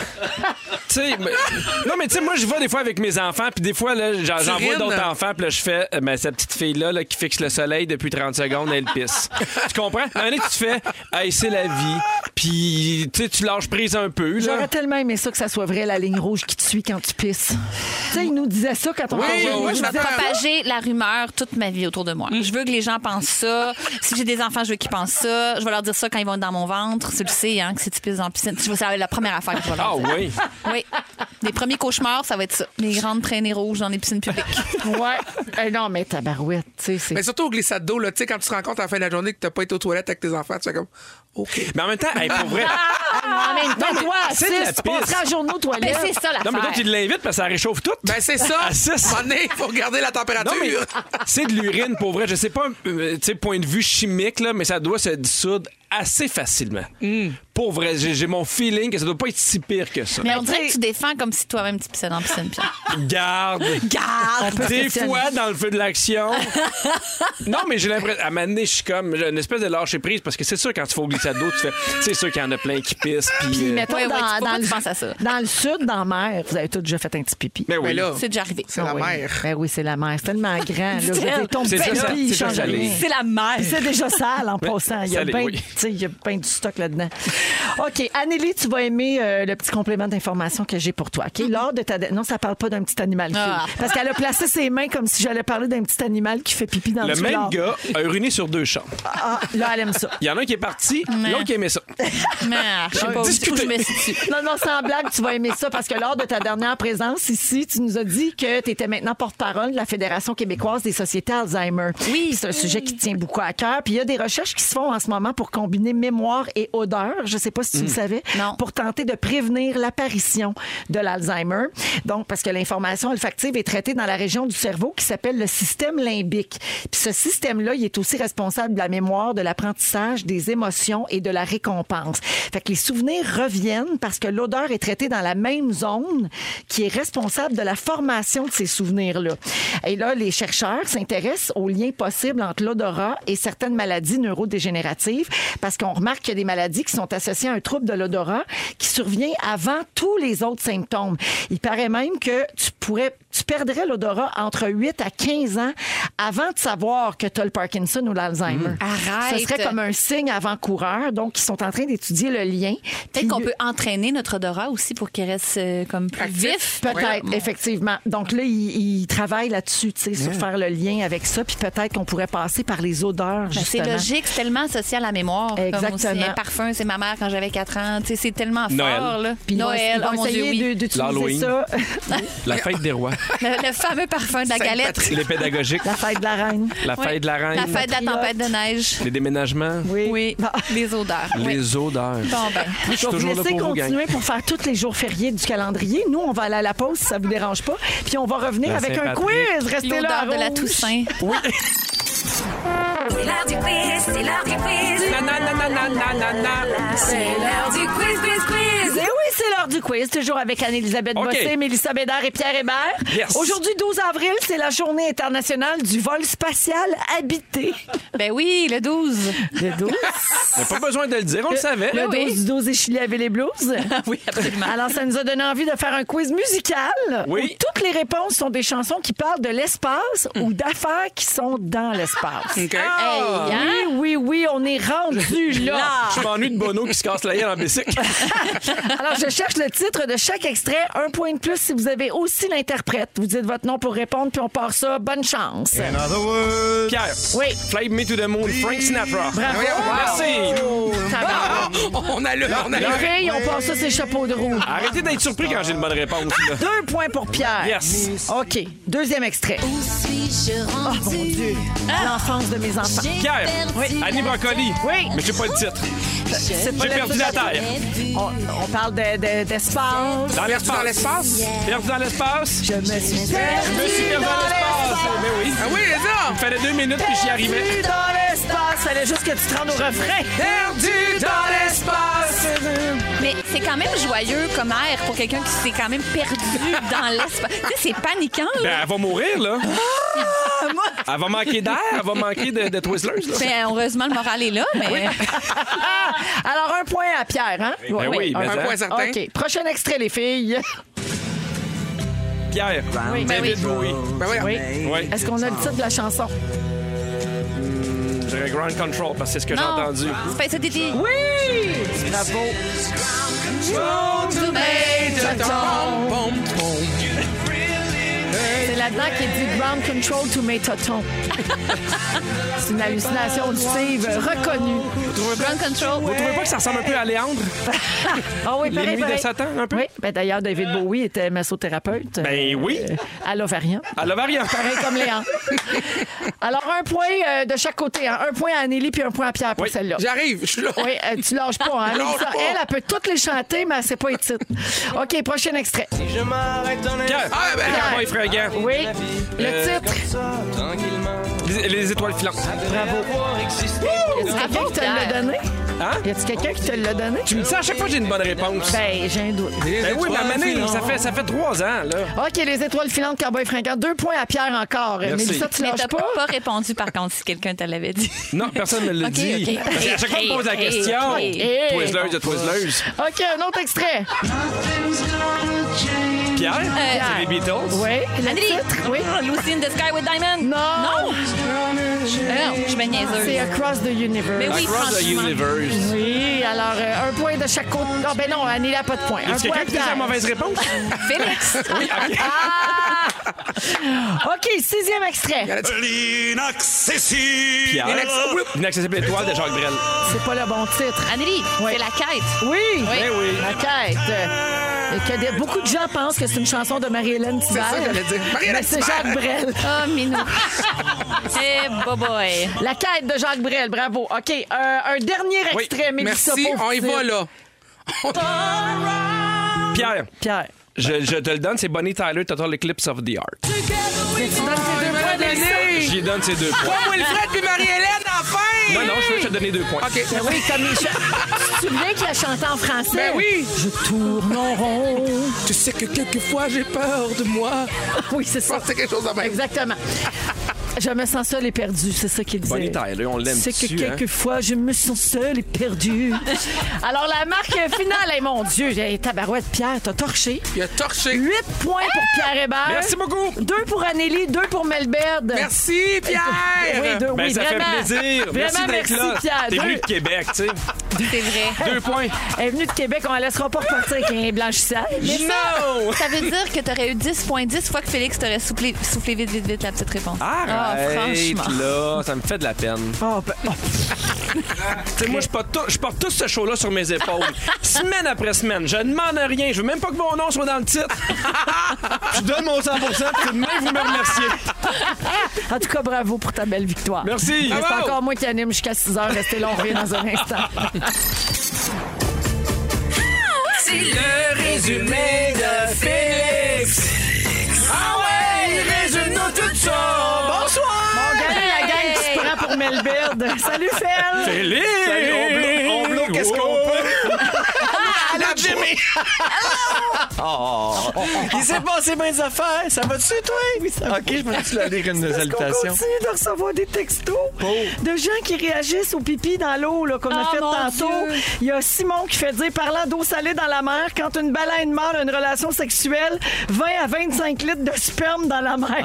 tu sais, mais- non, mais tu sais, moi, je vais des fois avec mes enfants, puis des fois, là, j'en, j'en vois Cyrine. d'autres enfants, puis là, je fais, euh, ben, cette petite fille-là, là, qui fixe le soleil depuis trente secondes, elle pisse. Tu comprends? Un moment donné, tu te fais, hey, c'est la vie, puis, tu sais, tu lâches prise un peu, là. J'aurais tellement aimé ça que ça soit vrai, la ligne rouge qui te suit quand tu pisses. Tu sais, il nous disait ça quand on Oui, faisait- oui, il nous oui, disait je suis d'accord. ça. propager la rumeur toute ma vie autour de moi. Je veux que les gens pensent ça. Si j'ai des enfants, je veux qu'ils pensent ça. Je vais leur dire ça quand ils vont être dans mon ventre. Tu le sais, hein, que si tu pisses dans la piscine. C'est la première affaire que je vais leur Ah dire. oui. Oui. Les premiers cauchemars, ça va être ça. Les grandes traînées rouges dans les piscines publiques. Ouais. Eh non, mais tabarouette, tu sais, c'est... Mais surtout au glissade d'eau, là, tu sais, quand tu te rends compte à la fin de la journée que t'as pas été aux toilettes avec tes enfants, tu fais comme, OK. Mais en même temps, hey, pour vrai. En même temps, mais toi, à c'est de la six, tu passeras pisse. la journée aux toilettes. Ben, c'est ça Non, mais toi, l'affaire. tu l'invites parce que ça réchauffe tout. Ben, c'est ça. À six. À un moment donné, il faut regarder la température. Non, mais c'est de l'urine, pour vrai. Je sais pas, euh, tu sais, point de vue chimique, là, mais ça doit se dissoudre assez facilement. Pour vrai, j'ai j'ai mon feeling que ça doit pas être si pire que ça. Mais on dirait que tu défends comme si toi-même tu pissais dans la piscine, Pierre. Garde. Garde! Des questionner. fois, dans le feu de l'action. Non, mais j'ai l'impression. À un moment donné, je suis comme. J'ai une espèce de lâcher prise parce que c'est sûr, quand tu fais au glissade d'eau, tu fais. C'est sûr qu'il y en a plein qui pissent. Puis. Puis, euh, mettons, Ouais, ouais, dans, tu- pourquoi dans tu le, penses à ça? dans le sud, dans la mer, vous avez tous déjà fait un petit pipi. Ben oui. Ben là, C'est déjà arrivé. c'est la Ah oui. mer. Ben oui, c'est la mer. C'est tellement grand. Là. Je veux dire, ton C'est petit déjà- pipi, il c'est déjà change salé. rien. C'est la mer. Puis c'est déjà sale en passant. Il y a salé, bien oui. tu sais, il y a bien du stock là-dedans. OK. Anneli, tu vas aimer euh, le petit complément d'information que j'ai pour toi. OK? Lors de ta... Non, ça parle pas d'un petit animal. fille. Ah. Parce qu'elle a placé ses mains comme si j'allais parler d'un petit animal qui fait pipi dans le Le même chlore. gars a uriné sur deux chambres. Ah, là, elle aime ça. Il y en a un qui est parti, l'autre qui aimait ça. Mais, je sais pas où, où Discutez. je me situe. Non, non, sans blague, tu vas aimer ça parce que lors de ta dernière présence ici, tu nous as dit que tu étais maintenant porte-parole de la Fédération québécoise des sociétés Alzheimer. Oui. C'est un sujet qui te tient beaucoup à cœur. Puis il y a des recherches qui se font en ce moment pour combiner mémoire et odeur. Je ne sais pas si tu le savais. Non. Pour tenter de prévenir l'apparition de l'Alzheimer. Donc, parce que l'information olfactive est traitée dans la région du cerveau qui s'appelle le système limbique. Puis ce système-là, il est aussi responsable de la mémoire, de l'apprentissage, des émotions et de la récompense. Fait que les souvenirs reviennent parce que l'odeur est traitée dans la même zone qui est responsable de la formation de ces souvenirs-là. Et là, les chercheurs s'intéressent aux liens possibles entre l'odorat et certaines maladies neurodégénératives parce qu'on remarque qu'il y a des maladies qui sont associées à un trouble de l'odorat qui survient avant tous les autres symptômes. Il paraît même que tu pourrais, tu perdrais l'odorat entre huit à quinze ans avant de savoir que tu as le Parkinson ou l'Alzheimer. Arrête. Ce serait comme un signe avant-coureur. Donc, ils sont en train d'étudier le lien. Peut-être Puis- qu'on peut entraîner notre odorat aussi pour qu'il reste euh, comme plus Actif. vif. Peut-être, Ouais. effectivement. Donc là, ils il travaillent là-dessus, tu sais, sur faire le lien avec ça. Puis peut-être qu'on pourrait passer par les odeurs, Ben, c'est justement. logique, c'est tellement associé à la mémoire. mémoire. comme Exactement. aussi. Un parfum, c'est ma mère quand j'avais quatre ans. Tu sais, c'est tellement Noël. fort. Là. Puis ils vont- Noël, ils vont oh mon Dieu, essayer oui. de- d'utiliser L'Halloween. ça. La fête des rois. Le, le fameux parfum de la galette. Les pédagogiques. La fête de la reine. La Oui. fête de la reine. La fête de la tempête de neige. Les déménagements. Oui. Oui, Bon. les odeurs. Oui. Les odeurs. Bon, ben. Je suis Je vais vous toujours là laisser pour vous, gang. continuer pour faire tous les jours fériés du calendrier. Nous, on va aller à la pause si ça vous dérange pas. Puis on va revenir La avec un Saint-Patrick. quiz. Restez là. L'odeur à de la Rouge. Toussaint. C'est l'heure du quiz, c'est l'heure du quiz. Na, na, na, na, na, na, na, na. C'est l'heure du quiz, quiz, quiz. Et oui, c'est l'heure du quiz, toujours avec Anne-Élisabeth OK. Bossé, Mélissa Bédard et Pierre Hébert. Yes. Aujourd'hui, douze avril, c'est la journée internationale du vol spatial habité. Ben oui, le douze. Le douze. Il n'y a pas besoin de le dire, on le savait. Le oui. douze du douze et Chili avait les blues. Oui, absolument. Alors, ça nous a donné envie de faire un quiz musical Oui. où toutes les réponses sont des chansons qui parlent de l'espace ou d'affaires qui sont dans l'espace. OK. Hey, hein? Oui, oui, oui, on est rendu là. Je m'ennuie de Bono qui se casse la gueule en bicycle. Alors, je cherche le titre de chaque extrait. Un point de plus si vous avez aussi l'interprète. Vous dites votre nom pour répondre, puis on part ça. Bonne chance. Pierre. Oui. Fly Me to the Moon, Frank Sinatra. Bravo. Merci. Tabarnak. On a le. On a Les le. filles, on passe ça, c'est chapeau de roue. Arrêtez d'être surpris quand j'ai une bonne réponse. Là. Deux points pour Pierre. Yes. OK. Deuxième extrait. Oh, mon Dieu. L'enfance de mes enfants. Pierre. Oui. Annie Brocoli. Oui. Mais je sais pas le titre. C'est pas J'ai le perdu titre. la terre. On, on parle de- de- d'espace. Dans Perdu dans l'espace? Perdu dans l'espace. Je me suis Je me suis perdu perdu dans l'espace. Mais oui. Ah oui, c'est ça! Il me fallait deux minutes puis j'y arrivais. Perdu dans l'espace. Fallait juste que tu te rendes au refrain. Perdu dans l'espace! Mais c'est quand même joyeux comme air pour quelqu'un qui s'est quand même perdu dans l'espace. Tu sais, c'est paniquant, Ben, là. elle va mourir, là. Elle va manquer d'air, elle va manquer de, de Twizzlers, là. Ben, heureusement, le moral est là, mais. Alors, un point à Pierre, hein? Ben oui, mais Un ça. point certain. OK. Prochain extrait, les filles. Pierre. Oui. David Bowie. Ben oui. Oui. Oui. Est-ce qu'on a le titre de la chanson? Je dirais Ground Control parce que c'est ce que j'ai Non. entendu. Space Oddity. Oui! Bravo. Pom, pom, pom. C'est là-dedans qui est dit Ground Control to mes totons. C'est une hallucination auditive reconnue. Ground Control. Vous trouvez pas que ça ressemble un peu à Léandre? Ah oui, Les pareil, nuits de pareil. Satan, un peu? Oui, ben d'ailleurs, David Bowie était massothérapeute. Ben oui. Euh, à l'Ovarien. À l'Ovarien. Pareil comme Léon. Alors, un point euh, de chaque côté. Hein. Un point à Anneli puis un point à Pierre pour Oui. celle-là. J'arrive, je suis là. Oui, euh, tu lâches pas. Hein, Je lâche Mélissa. pas. Elle, elle peut toutes les chanter, mais elle sait pas les titres. OK, prochain extrait. Pierre. Ah, ben, Cowboy fringant. Oui, le Euh, titre. Les, les étoiles filantes. Bravo. Y a-tu quelqu'un qui te l'a donné? Hein? Y a-tu quelqu'un qui te l'a donné? Tu me dis ça à chaque fois que j'ai une bonne réponse. Ben, j'ai un doute. Ben oui, mais à Mané, ça fait, ça fait trois ans, là. OK, les étoiles filantes, Cowboy fringant. Deux points à Pierre encore. Merci. Mélissa, tu Mais lâches t'as pas? pas répondu, par contre, si quelqu'un te l'avait dit. Non, personne ne me l'a OK, dit. OK. Parce qu'à chaque fois qu'on pose la Hey, question, hey, hey. Twizzlers de Twizzlers. OK, un autre extrait. Pierre, c'est les Beatles. Oui, le Anneli. titre. Oui. Lucy in the Sky with Diamond. Non. Non. Non, je suis bien niaiseuse. C'est Across the Universe. Mais oui, Across the franchement. Universe. Oui, alors euh, un point de chaque côté. Non, ben non, Annie n'a pas de point. Y Un a point quelqu'un à qui dit la Pierre. mauvaise réponse? Félix. Oui, OK. OK, sixième extrait. L'inaccessible. Pierre. Inaccessible étoile de Jacques Brel. C'est pas le bon titre. Anneli, Oui. c'est la quête. Oui, Ben oui. la quête. Et que des- beaucoup de gens pensent que c'est une chanson de Marie-Hélène Thibert. C'est ça que j'allais dire. Marie-Hélène Mais c'est Thibert. Jacques Brel. Oh, minou. Eh, boy. La quête de Jacques Brel, bravo. OK, euh, un dernier Oui. extrait, Mélissa, Merci, pauvre on y petite. va, là. Pierre, Pierre. je, je te le donne, c'est Bonnie Tyler, Total Eclipse of the Heart. Tu donnes tes deux points, Mélissa? J'y donne ces deux points. Pas Wilfred puis Marie-Hélène, enfin! Non, non, je veux te donner deux points. OK. Ben oui, comme les cha- Tu te souviens qu'il a chanté en français? Ben oui. Je tourne en rond. Tu sais que quelquefois, j'ai peur de moi. Oui, c'est Je ça. pense que c'est quelque chose de même. Exactement. Je me sens seule et perdue, c'est ça qu'il disait. Bonnie Tyler, on l'aime C'est que dessus, hein? quelquefois, je me sens seule et perdue. Alors, la marque finale, hey, mon Dieu, j'ai tabarouette, Pierre, t'as torché. Il a torché. Huit points pour Pierre Hébert. Merci beaucoup. Deux pour Anneli, deux pour Melberd. Merci, Pierre! Oui, deux, Ben, oui, ça vraiment. fait plaisir. Vraiment, merci d'être merci, là. Pierre. T'es Deux- venu de Québec, tu sais. C'est vrai. Deux points. Elle est venue de Québec, on la laissera pas repartir avec un blanchissage. Non! Ça veut dire que t'aurais eu dix points dix fois que Félix t'aurait soufflé, soufflé vite, vite, vite la petite réponse. Ah, Arrête, franchement. là, ça me fait de la peine. Oh, ben, oh. Tu sais, moi, je porte, tout, je porte tout ce show-là sur mes épaules. Semaine après semaine. Je demande rien. Je veux même pas que mon nom soit dans le titre. Je donne mon cent pour cent, puis demain, vous me remerciez. En tout cas, bravo pour ta belle victoire. Merci. C'est Bravo. encore moi qui anime jusqu'à six heures. Restez là, on revient dans un instant. C'est le résumé de Félix. Ah ouais, résume-nous tout ça. Bonsoir. Bon, regardez la gang qui se prend pour Melbird. Salut, Fel. Félix! Salut, on bloque, on bloque, qu'est-ce qu'on peut? Allô, Jimmy. Oh. Il s'est passé bien des affaires. Ça va-tu, toi? Oui, ça va. OK, je peux-tu la lire une Est-ce qu'on salutation? continue de recevoir des textos de gens qui réagissent au pipi dans l'eau là, qu'on a Oh, fait mon tantôt? Dieu. Il y a Simon qui fait dire, parlant d'eau salée dans la mer, quand une baleine mâle a une relation sexuelle, vingt à vingt-cinq litres de sperme dans la mer.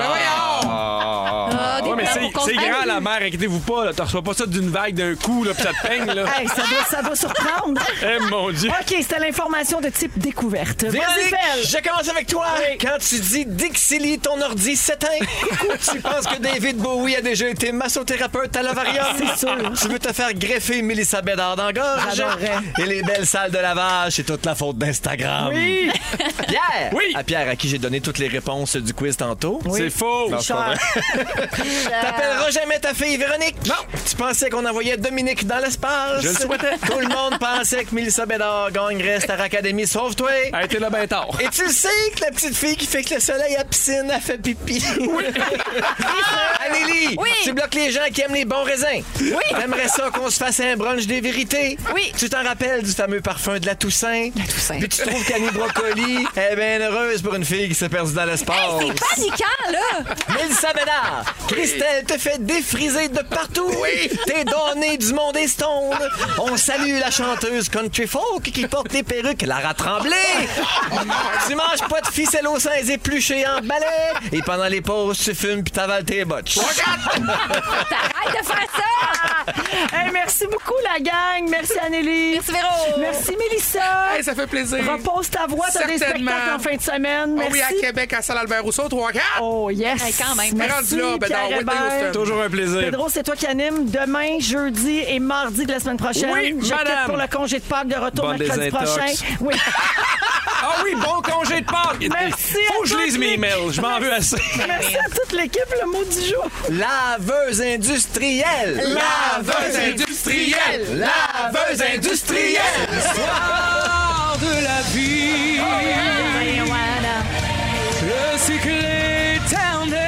Ah, des Ouais, mais plans c'est, pour c'est comprendre. grand, la mer. Inquiétez-vous pas. Là. Tu reçois pas ça d'une vague d'un coup, là, puis ça te peigne. Là. Hey, ça, doit, ça doit surprendre. Eh, mon Dieu. OK, c'était l'information de type découverte. Vas-y, Véronique, Fel. je commence avec toi. Quand tu dis Dixili, ton ordi s'éteint, tu penses que David Bowie a déjà été massothérapeute à l'Ovarium? C'est sûr. Tu veux te faire greffer Mélissa Bédard dans la gorge? J'adorerais. Et les belles salles de lavage, c'est toute la faute d'Instagram. Oui. Pierre! Oui. À Pierre, à qui j'ai donné toutes les réponses du quiz tantôt. C'est faux. Non, c'est pas vrai. T'appelleras jamais ta fille Véronique? Non. Tu pensais qu'on envoyait Dominique dans l'espace? Je le souhaitais. Tout le monde pensait que Mélissa Bédard gagnerait Star Academy, sauf toi. Elle a été là bien tard. Et tu le sais que la petite fille qui fait que le soleil à la piscine a fait pipi. Oui. Anélie, Oui. tu bloques les gens qui aiment les bons raisins. Oui. T'aimerais ça qu'on se fasse un brunch des vérités. Oui. Tu t'en rappelles du fameux parfum de la Toussaint. La Toussaint. Puis tu trouves qu'Annie Brocoli est bien heureuse pour une fille qui s'est perdue dans l'espace. C'est paniquant, là! Mélissa Bédard, Christelle te fait défriser de partout. Oui. T'es donné du monde et stone. On salue la chanteuse country folk qui porte des perruques Lara Tremblay. Tu manges pas de ficelle aux seins épluchés en balai. Et pendant les pauses, tu fumes puis t'avales tes botches. T'arrêtes de faire ça! Hey, merci beaucoup, la gang. Merci, Anneli. Merci, Véro. Merci, Mélissa. Hey, ça fait plaisir. Repose ta voix, t'as des Certainement. spectacles en fin de semaine. Oh Merci. oui, à Québec, à Salle Albert Rousseau, trois quatre. Oh, yes. Hey, quand même. Merci, Rendu là, ben, Pierre dans Whitney Hébert. Houston. Toujours un plaisir. Pedro, c'est toi qui anime demain, jeudi et mardi de la semaine prochaine. Oui, Je madame. quitte pour le congé de Pâques de retour Bonne mercredi désintox. prochain. Oui. Ah oui, bon congé de Pâques. Merci à Faut que je toutes lise mes les- emails. Je m'en veux assez. Merci à toute l'équipe. Le mot du jour. Laveuse industrielle. Laveuse industrielle. Laveuse industrielle. L'histoire de la vie. Le cycle éternel.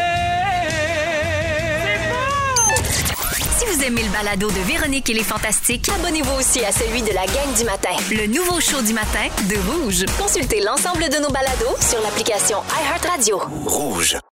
Si vous aimez le balado de Véronique et les Fantastiques, Abonnez-vous aussi à celui de la gang du matin. le nouveau show du matin de Rouge. Consultez l'ensemble de nos balados sur l'application iHeartRadio. Rouge.